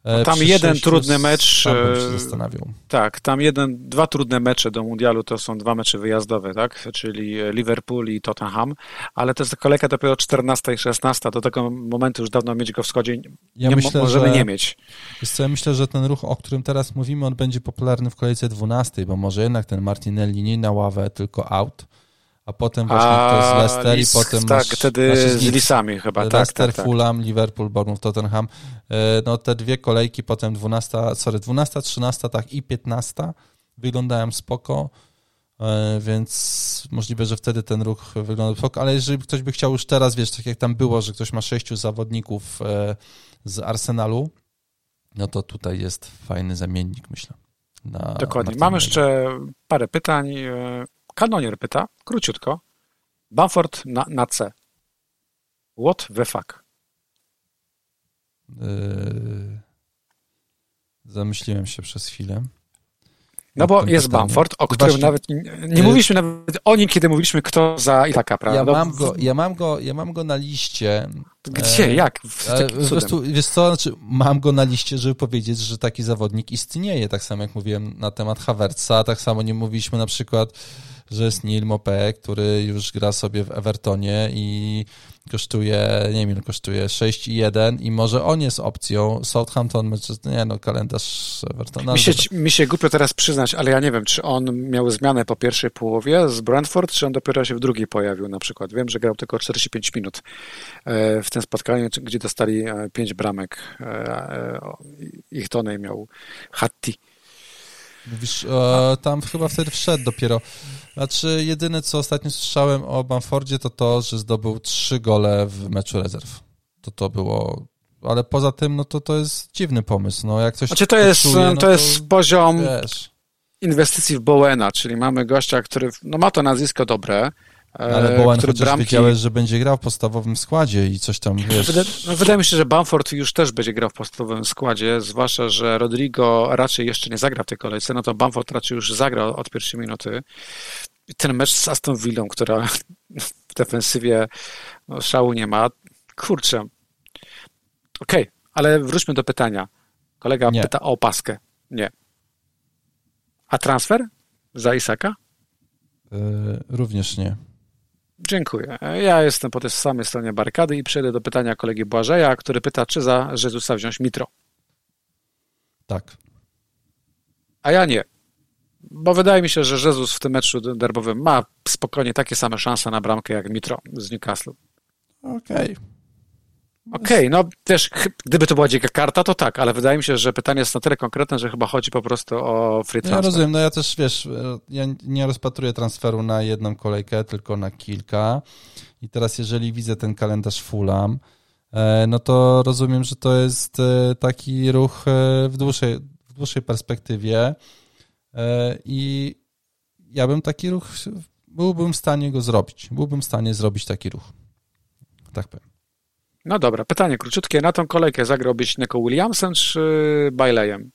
No tam jeden trudny mecz. Tam bym się zastanawiał. Tak, tam jeden, dwa trudne mecze do mundialu to są dwa mecze wyjazdowe, tak? Czyli Liverpool i Tottenham, ale to jest kolejka dopiero czternasta i szesnasta. Do tego momentu już dawno mieć go w składzie ja nie myślę, możemy że, nie mieć. Wiesz co, ja myślę, że ten ruch, o którym teraz mówimy, on będzie popularny w kolejce dwunastej, bo może jednak ten Martinelli nie na ławę, tylko out. A potem właśnie A, to jest Leicester Lis, i potem tak, masz, wtedy masz z Lisami chyba. Leicester, tak, tak, tak. Fulham, Liverpool, Bournemouth, Tottenham. No te dwie kolejki, potem dwunasta, sorry, dwunasta, trzynasta, tak i piętnasta wyglądają spoko, więc możliwe, że wtedy ten ruch wygląda spoko, ale jeżeli ktoś by chciał już teraz, wiesz, tak jak tam było, że ktoś ma sześciu zawodników z Arsenalu, no to tutaj jest fajny zamiennik, myślę. Na Dokładnie. Mam jeszcze parę pytań. Kanonier pyta, króciutko. Bamford na, na C. What the fuck? Yy... Zamyśliłem się przez chwilę. No bo jest pytanie. Bamford, o którym Właśnie... nawet nie, nie mówiliśmy nawet o nim, kiedy mówiliśmy, kto za Isaka, prawda? Ja mam go, ja mam go, ja mam go na liście. Gdzie? E... Jak? E... Po prostu, wiesz co, znaczy, mam go na liście, żeby powiedzieć, że taki zawodnik istnieje. Tak samo jak mówiłem na temat Havertza, tak samo nie mówiliśmy na przykład, że jest Neil Maupay, który już gra sobie w Evertonie i kosztuje, nie wiem ile kosztuje, sześć i jeden i może on jest opcją. Southampton, nie no, kalendarz Evertona. Mi się, mi się głupio teraz przyznać, ale ja nie wiem, czy on miał zmianę po pierwszej połowie z Brentford, czy on dopiero się w drugiej pojawił na przykład. Wiem, że grał tylko czterdzieści pięć minut w tym spotkaniu, gdzie dostali pięć bramek. Ich Tonej miał Hatti. Mówisz, e, tam chyba wtedy wszedł dopiero. Znaczy, jedyne co ostatnio słyszałem o Bamfordzie, to to, że zdobył trzy gole w meczu rezerw. To to było... Ale poza tym, no to to jest dziwny pomysł. No, jak coś znaczy, to jest, czuje, no to jest to, poziom wiesz. inwestycji w Bowena, czyli mamy gościa, który no, ma to nazwisko dobre, ale Bowen chociaż bramki... wiedziałeś, że będzie grał w podstawowym składzie i coś tam, wiesz... Wydaje, no, wydaje mi się, że Bamford już też będzie grał w podstawowym składzie, zwłaszcza, że Rodrigo raczej jeszcze nie zagra w tej kolejce, no to Bamford raczej już zagrał od pierwszej minuty. I ten mecz z Aston Villą, która w defensywie no, szału nie ma, kurczę. Okej, okay, ale wróćmy do pytania. Kolega nie. pyta o opaskę. Nie. A transfer za Isaka? Yy, również nie. Dziękuję. Ja jestem po tej samej stronie barykady i przejdę do pytania kolegi Błażeja, który pyta, czy za Jezusa wziąć Mitro. Tak. A ja nie. Bo wydaje mi się, że Jezus w tym meczu derbowym ma spokojnie takie same szanse na bramkę jak Mitro z Newcastle. Okej. Okay. Okej, okay, no też gdyby to była dzika karta, to tak, ale wydaje mi się, że pytanie jest na tyle konkretne, że chyba chodzi po prostu o free transfer. Ja rozumiem, no ja też, wiesz, ja nie rozpatruję transferu na jedną kolejkę, tylko na kilka i teraz jeżeli widzę ten kalendarz Fulham, no to rozumiem, że to jest taki ruch w dłuższej, w dłuższej perspektywie i ja bym taki ruch, byłbym w stanie go zrobić, byłbym w stanie zrobić taki ruch, tak powiem. No dobra, pytanie króciutkie. Na tą kolejkę zagrałbyś Neco Williamsem czy Baileyem?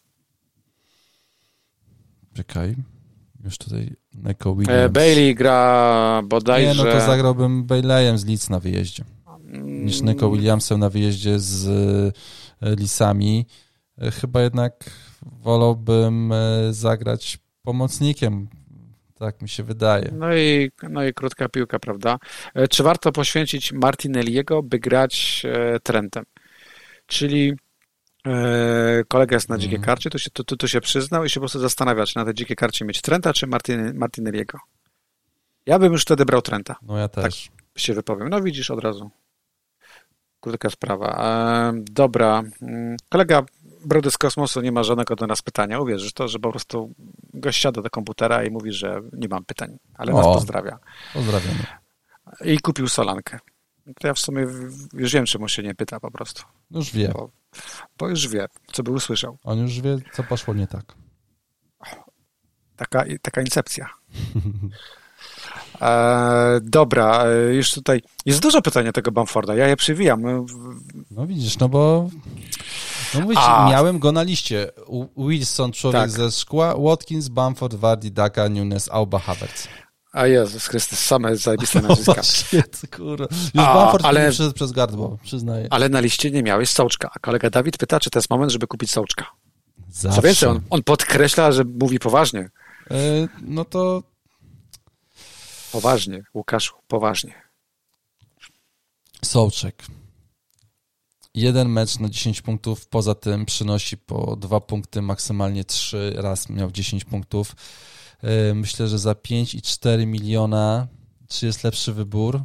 Czekaj, już tutaj Neco Williams. Bailey gra bodajże... Nie, no to zagrałbym Baileyem z Leeds na wyjeździe. Niż Neco Williamsem na wyjeździe z Leedsami. Chyba jednak wolałbym zagrać pomocnikiem. Tak mi się wydaje. No i, no i krótka piłka, prawda? Czy warto poświęcić Martinelliego, by grać e, Trentem? Czyli e, kolega jest na dzikiej mm. karcie, to się, to, to, to się przyznał i się po prostu zastanawia, czy na tej dzikiej karcie mieć Trenta, czy Martin, Martinelliego. Ja bym już wtedy brał Trenta. No ja też. Tak się wypowiem. No widzisz od razu. Krótka sprawa. E, dobra. Kolega Brody z kosmosu nie ma żadnego do nas pytania. Uwierzysz to, że po prostu gość siada do komputera i mówi, że nie mam pytań, ale o, nas pozdrawia. Pozdrawiamy. I kupił Solankę. To ja w sumie już wiem, czemu się nie pyta po prostu. Już wie. Bo, bo już wie, co by usłyszał. On już wie, co poszło nie tak. Taka, taka incepcja. E, dobra, już tutaj jest dużo pytań o tego Bamforda. Ja je przywijam. No widzisz, no bo no mówić, A. miałem go na liście. Wilson, człowiek tak. ze szkła, Watkins, Bamford, Vardy, Daka, Nunes, Auba, Havertz. A Jezus Chrystus, same zajebiste nazwiska. Właśnie, kurwa. Już A, Bamford ale, przez, przez gardło, przyznaję. Ale na liście nie miałeś Sołczka, a kolega Dawid pyta, czy to jest moment, żeby kupić Sołczka. Zawsze. Co więcej, on, on podkreśla, że mówi poważnie. Yy, no to... Poważnie, Łukaszu, poważnie. Sołczek. Jeden mecz na dziesięć punktów, poza tym przynosi po dwa punkty, maksymalnie trzy, raz miał dziesięć punktów. Myślę, że za pięć i cztery miliona, czy jest lepszy wybór?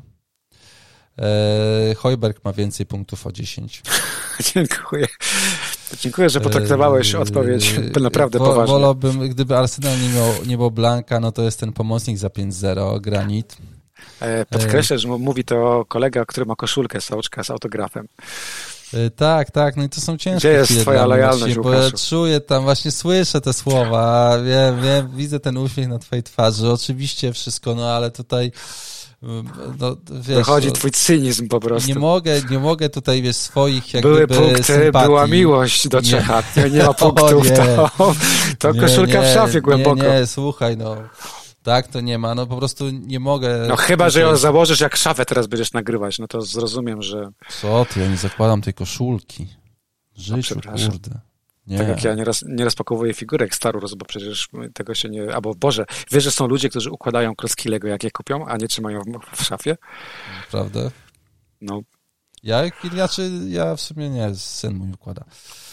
Hojberg ma więcej punktów o dziesięć. Dziękuję. Dziękuję, że potraktowałeś odpowiedź naprawdę Wo, poważnie. Wolałbym, gdyby Arsenal nie miał, nie miał Blanka, no to jest ten pomocnik za pięć zero, Granit. Podkreślę, że mówi to kolega, który ma koszulkę Sołczka z autografem. Tak, tak, no i to są ciężkie. Gdzie jest twoja lojalność, bo ja czuję tam, właśnie słyszę te słowa, wiem, wiem, widzę ten uśmiech na twojej twarzy, oczywiście wszystko, no ale tutaj no, wiesz, wychodzi twój cynizm po prostu. Nie mogę, nie mogę tutaj, wiesz, swoich jak były gdyby punkty, sympatii. Była miłość do Czecha, nie, nie ma punktów, nie. to, to nie, koszulka nie, w szafie głęboko. Nie, nie, słuchaj, no. Tak, to nie ma, no po prostu nie mogę... No chyba, że ją założysz, jak szafę teraz będziesz nagrywać, no to zrozumiem, że... Co ty, ja nie zakładam tej koszulki. Życiu, no, kurde. Nie. Tak jak ja nie, roz, nie rozpakowuję figurek Star Wars, bo przecież tego się nie... Albo Boże, wiesz, że są ludzie, którzy układają klocki Lego, jak je kupią, a nie trzymają w, w szafie? Prawda? No. Ja, ja, czy, ja w sumie nie, syn mój układa.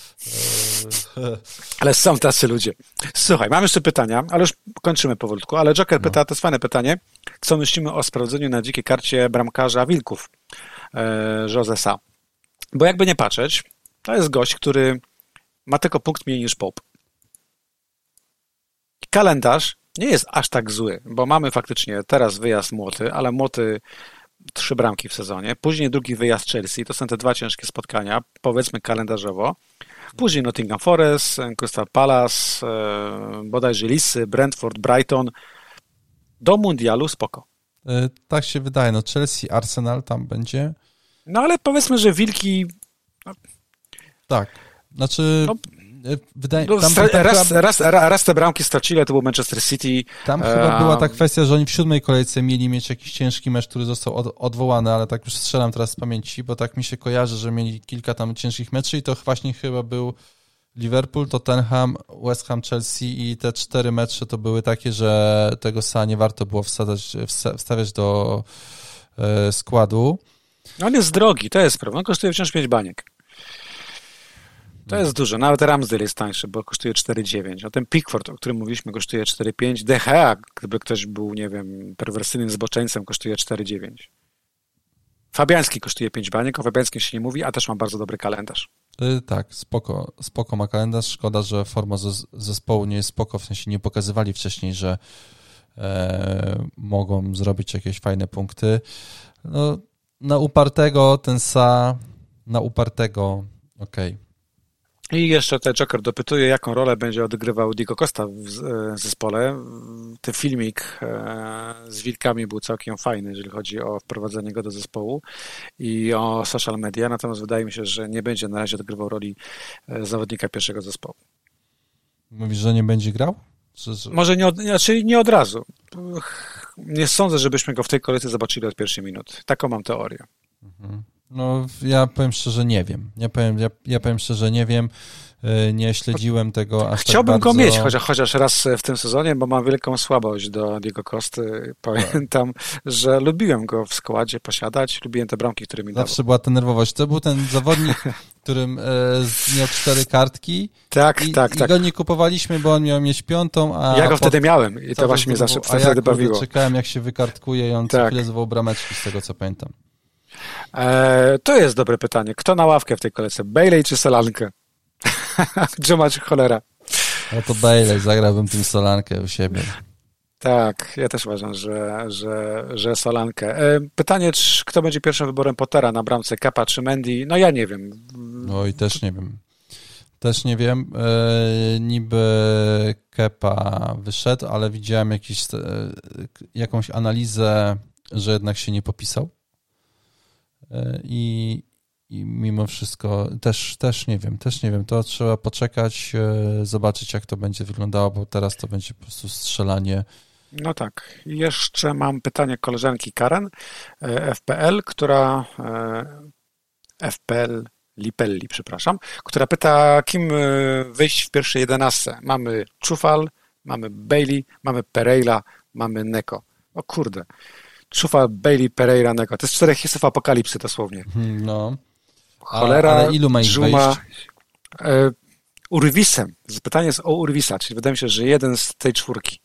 Ale są tacy ludzie. Słuchaj, mam jeszcze pytania, ale już kończymy powolutku, ale Joker pyta, no. to jest fajne pytanie, co myślimy o sprawdzeniu na dzikiej karcie bramkarza Wilków, e, Josesa. Bo jakby nie patrzeć, to jest gość, który ma tylko punkt mniej niż Pope. Kalendarz nie jest aż tak zły, bo mamy faktycznie teraz wyjazd Młoty, ale Młoty trzy bramki w sezonie, później drugi wyjazd Chelsea, to są te dwa ciężkie spotkania, powiedzmy kalendarzowo. Później Nottingham Forest, Crystal Palace, e, bodajże Leeds, Brentford, Brighton. Do mundialu spoko. E, tak się wydaje. No Chelsea, Arsenal tam będzie. No ale powiedzmy, że Wilki... No, tak. Znaczy... No, wydaje, no, tam, tam, tam, raz, tam, raz, raz te bramki stracili, to był Manchester City. Tam chyba była ta kwestia, że oni w siódmej kolejce mieli mieć jakiś ciężki mecz, który został od, odwołany, ale tak już strzelam teraz z pamięci, bo tak mi się kojarzy, że mieli kilka tam ciężkich meczy i to właśnie chyba był Liverpool, Tottenham, West Ham, Chelsea i te cztery mecze to były takie, że tego Sa nie warto było wsadzać, wstawiać do e, składu. On jest drogi, to jest problem. On kosztuje wciąż pięć baniek. To jest dużo. Nawet Ramsdale jest tańszy, bo kosztuje cztery dziewięć. A ten Pickford, o którym mówiliśmy, kosztuje cztery pięć. De Gea, gdyby ktoś był, nie wiem, perwersyjnym zboczeńcem, kosztuje cztery dziewięć. Fabiański kosztuje pięć baniek, o Fabiańskim się nie mówi, a też ma bardzo dobry kalendarz. Yy, tak, spoko, spoko ma kalendarz. Szkoda, że forma z, zespołu nie jest spoko, w sensie nie pokazywali wcześniej, że e, mogą zrobić jakieś fajne punkty. No, na upartego ten Sa, na upartego okej. Okay. I jeszcze ten Joker dopytuje, jaką rolę będzie odgrywał Diego Costa w zespole. Ten filmik z Wilkami był całkiem fajny, jeżeli chodzi o wprowadzenie go do zespołu i o social media, natomiast wydaje mi się, że nie będzie na razie odgrywał roli zawodnika pierwszego zespołu. Mówisz, że nie będzie grał? Że, że... Może nie od, znaczy nie od razu. Nie sądzę, żebyśmy go w tej kolejce zobaczyli od pierwszej minuty. Taką mam teorię. Mhm. No, ja powiem szczerze, nie wiem. Ja powiem, ja, ja powiem szczerze, nie wiem. Nie śledziłem tego aż Chciałbym tak bardzo. go mieć chociaż, chociaż raz w tym sezonie, bo mam wielką słabość do Diego Costy. Pamiętam, że lubiłem go w składzie posiadać, lubiłem te bramki, które mi dawał. Zawsze była ta nerwowość. To był ten zawodnik, którym e, miał cztery kartki. Tak, i, tak, i tak. go nie kupowaliśmy, bo on miał mieć piątą, a... Ja go pod... wtedy miałem i to właśnie mnie zawsze wtedy ja, bawiło. Ja czekałem, jak się wykartkuje i on tak. co chwilę zwołał brameczki, z tego co pamiętam. E, to jest dobre pytanie. Kto na ławkę w tej kolejce? Bailey czy Solankę? Dżuma czy cholera? No to Bailey, zagrałbym tym Solankę u siebie. Tak, ja też uważam, że, że, że Solankę. E, pytanie, czy, kto będzie pierwszym wyborem Pottera na bramce, Kepa czy Mendy? No ja nie wiem. No i też nie wiem. Też nie wiem. E, niby Kepa wyszedł, ale widziałem jakiś, e, jakąś analizę, że jednak się nie popisał. I, i mimo wszystko też, też nie wiem, też nie wiem, to trzeba poczekać, zobaczyć jak to będzie wyglądało, bo teraz to będzie po prostu strzelanie No tak. Jeszcze mam pytanie koleżanki Karen, F P L, która F P L Lipelli, przepraszam, która pyta, kim wyjść w pierwszej jedenastce. Mamy Czufal, mamy Bailey, mamy Pereira, mamy Neko. O kurde. Czufal, Bailey, Pereira, Neko. To jest czterech hitsów apokalipsy dosłownie. No. Cholera, ale ilu ma ich Dżuma, wejść? e, Urwisem. Pytanie jest o Urwisa, czyli wydaje mi się, że jeden z tej czwórki.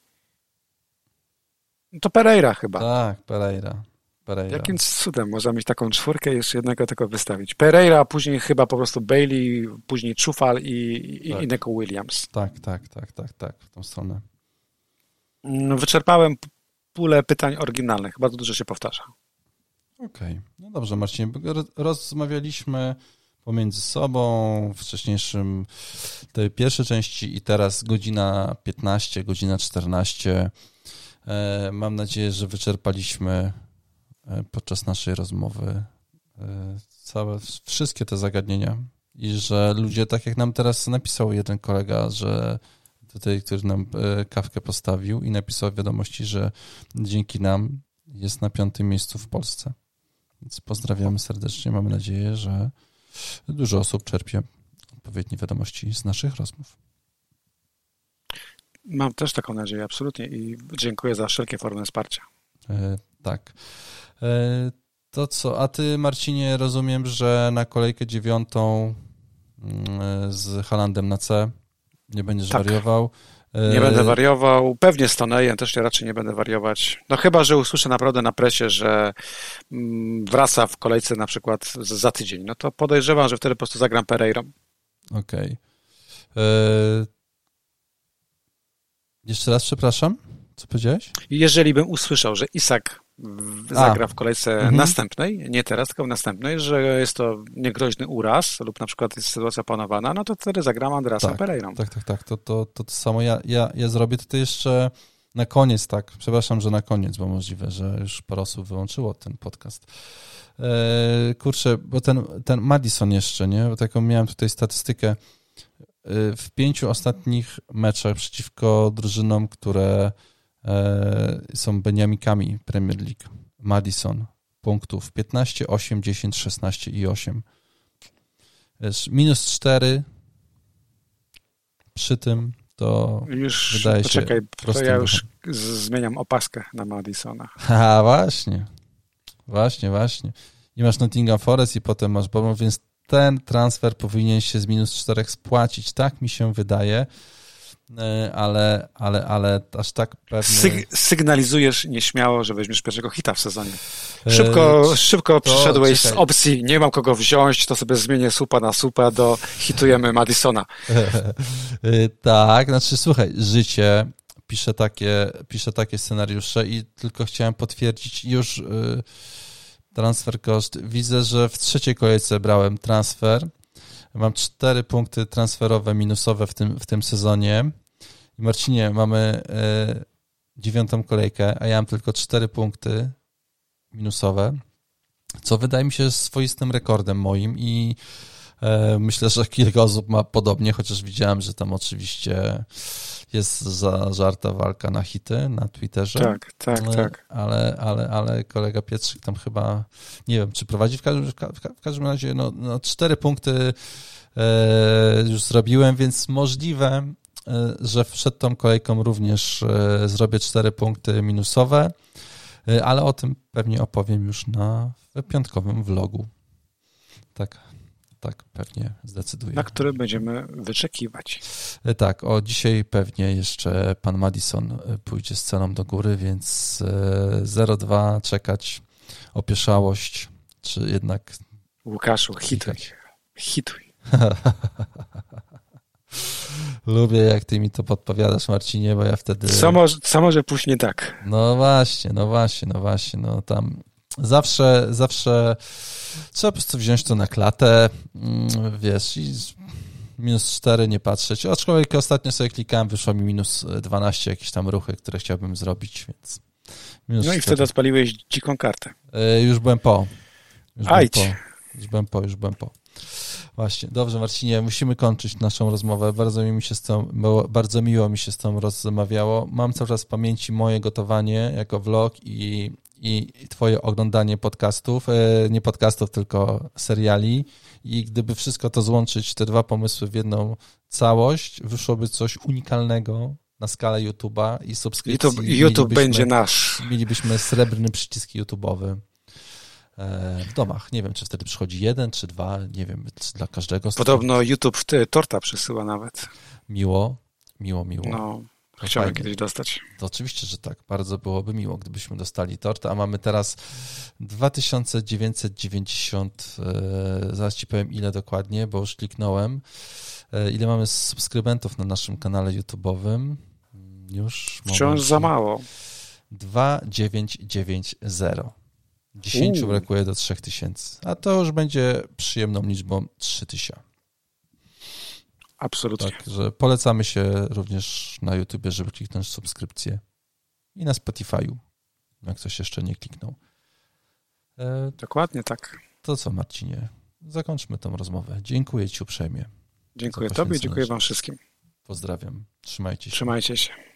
No to Pereira chyba. Tak, Pereira. Pereira. Jakim cudem można mieć taką czwórkę i jeszcze jednego tylko wystawić? Pereira, a później chyba po prostu Bailey, później Czufal i, i, tak. i Neko Williams. Tak, tak, tak, tak, tak, w tą stronę. Wyczerpałem pulę pytań oryginalnych. Bardzo dużo się powtarza. Okej. Okay. No dobrze, Marcinie. Rozmawialiśmy pomiędzy sobą w wcześniejszym, tej pierwszej części i teraz godzina piętnaście, godzina czternaście. Mam nadzieję, że wyczerpaliśmy podczas naszej rozmowy całe, wszystkie te zagadnienia i że ludzie, tak jak nam teraz napisał jeden kolega, że tutaj, który nam kawkę postawił i napisał w wiadomości, że dzięki nam jest na piątym miejscu w Polsce. Więc pozdrawiamy serdecznie. Mamy nadzieję, że dużo osób czerpie odpowiednie wiadomości z naszych rozmów. Mam też taką nadzieję, absolutnie i dziękuję za wszelkie formy wsparcia. E, tak. E, to co, a ty, Marcinie, rozumiem, że na kolejkę dziewiątą e, z Haalandem na C nie będziesz tak. wariował. E, nie będę wariował, pewnie z Tonejem też raczej nie będę wariować. No chyba, że usłyszę naprawdę na presie, że mm, wraca w kolejce na przykład za tydzień. No to podejrzewam, że wtedy po prostu zagram Pereirą. Okej. Okay. Jeszcze raz przepraszam, co powiedziałeś? Jeżeli bym usłyszał, że Isak zagra A. w kolejce mhm. następnej, nie teraz, tylko w następnej, że jest to niegroźny uraz lub na przykład jest sytuacja panowana, no to wtedy zagram Andreasa tak, Pereirą. Tak, tak, tak. To, to, to, to samo ja, ja, ja zrobię. To jeszcze na koniec, tak. Przepraszam, że na koniec, bo możliwe, że już parę osób wyłączyło ten podcast. Eee, kurczę, bo ten, ten Maddison jeszcze, nie? Bo taką miałem tutaj statystykę. W pięciu ostatnich meczach przeciwko drużynom, które e, są beniamikami Premier League, Maddison punktów piętnaście, osiem, dziesięć, szesnaście i osiem. Wiesz, minus cztery przy tym to już, wydaje poczekaj, się prostym to ja już z- zmieniam opaskę na Maddisona. A właśnie, właśnie, właśnie. I masz Nottingham Forest i potem masz Bournemouth, więc ten transfer powinien się z minus czterech spłacić, tak mi się wydaje, ale, ale, ale aż tak pewnie... Syg- sygnalizujesz nieśmiało, że weźmiesz pierwszego hita w sezonie. Szybko, e, szybko przyszedłeś czekaj. z opcji, nie mam kogo wziąć, to sobie zmienię supa na supa, do hitujemy Maddisona. Tak, znaczy słuchaj, życie pisze takie, pisze takie scenariusze i tylko chciałem potwierdzić już... Yy, transfer koszt. Widzę, że w trzeciej kolejce brałem transfer. Mam cztery punkty transferowe minusowe w tym, w tym sezonie. I Marcinie, mamy y, dziewiątą kolejkę, a ja mam tylko cztery punkty minusowe, co wydaje mi się swoistym rekordem moim i y, myślę, że kilka osób ma podobnie, chociaż widziałem, że tam oczywiście jest zażarta walka na hity na Twitterze. Tak, tak, tak. Ale, ale, ale kolega Pietrzyk tam chyba, nie wiem, czy prowadzi, w każdym, w każdym razie no, no cztery punkty e, już zrobiłem, więc możliwe, e, że przed tą kolejką również e, zrobię cztery punkty minusowe, e, ale o tym pewnie opowiem już na piątkowym vlogu. Tak. Tak, pewnie zdecyduję. Na który będziemy wyczekiwać. Tak, o dzisiaj pewnie jeszcze pan Maddison pójdzie z ceną do góry, więc zero dwa czekać, opieszałość, czy jednak... Łukaszu, hituj. Hituj. Lubię, jak ty mi to podpowiadasz, Marcinie, bo ja wtedy... Co może, co może pójść nie tak? No właśnie, no właśnie, no właśnie, no tam... Zawsze, zawsze trzeba po prostu wziąć to na klatę, wiesz, i minus cztery nie patrzeć. Aczkolwiek ostatnio sobie klikałem, wyszło mi minus dwanaście, jakieś tam ruchy, które chciałbym zrobić, więc minus no i cztery. wtedy odpaliłeś dziką kartę. Już byłem po. Już Ajdź. byłem po. Już byłem po, już byłem po. Właśnie, dobrze Marcinie, musimy kończyć naszą rozmowę. Bardzo mi się z tą, bardzo miło mi się z tą rozmawiało. Mam cały czas w pamięci moje gotowanie jako vlog i, i twoje oglądanie podcastów, nie podcastów, tylko seriali i gdyby wszystko to złączyć, te dwa pomysły w jedną całość, wyszłoby coś unikalnego na skalę YouTube'a i subskrypcji. YouTube, YouTube będzie nasz. Mielibyśmy srebrny przycisk YouTube'owy w domach. Nie wiem, czy wtedy przychodzi jeden, czy dwa, nie wiem, czy dla każdego. Podobno YouTube ty, torta przysyła nawet. Miło, miło, miło. No, chciałem kiedyś dostać. To oczywiście, że tak. Bardzo byłoby miło, gdybyśmy dostali tortę, a mamy teraz dwa tysiące dziewięćset dziewięćdziesiąt, zaraz ci powiem ile dokładnie, bo już kliknąłem, ile mamy subskrybentów na naszym kanale YouTube'owym. Już. Wciąż za mało. dwa tysiące dziewięćset dziewięćdziesiąt. dziesięciu brakuje do trzech tysięcy, a to już będzie przyjemną liczbą trzy tysiące. Absolutnie. Także polecamy się również na YouTubie, żeby kliknąć subskrypcję i na Spotify'u, jak ktoś jeszcze nie kliknął. E, Dokładnie tak. To co, Marcinie? Zakończmy tą rozmowę. Dziękuję ci uprzejmie. Dziękuję tobie i dziękuję wam wszystkim. Pozdrawiam. Trzymajcie się. Trzymajcie się.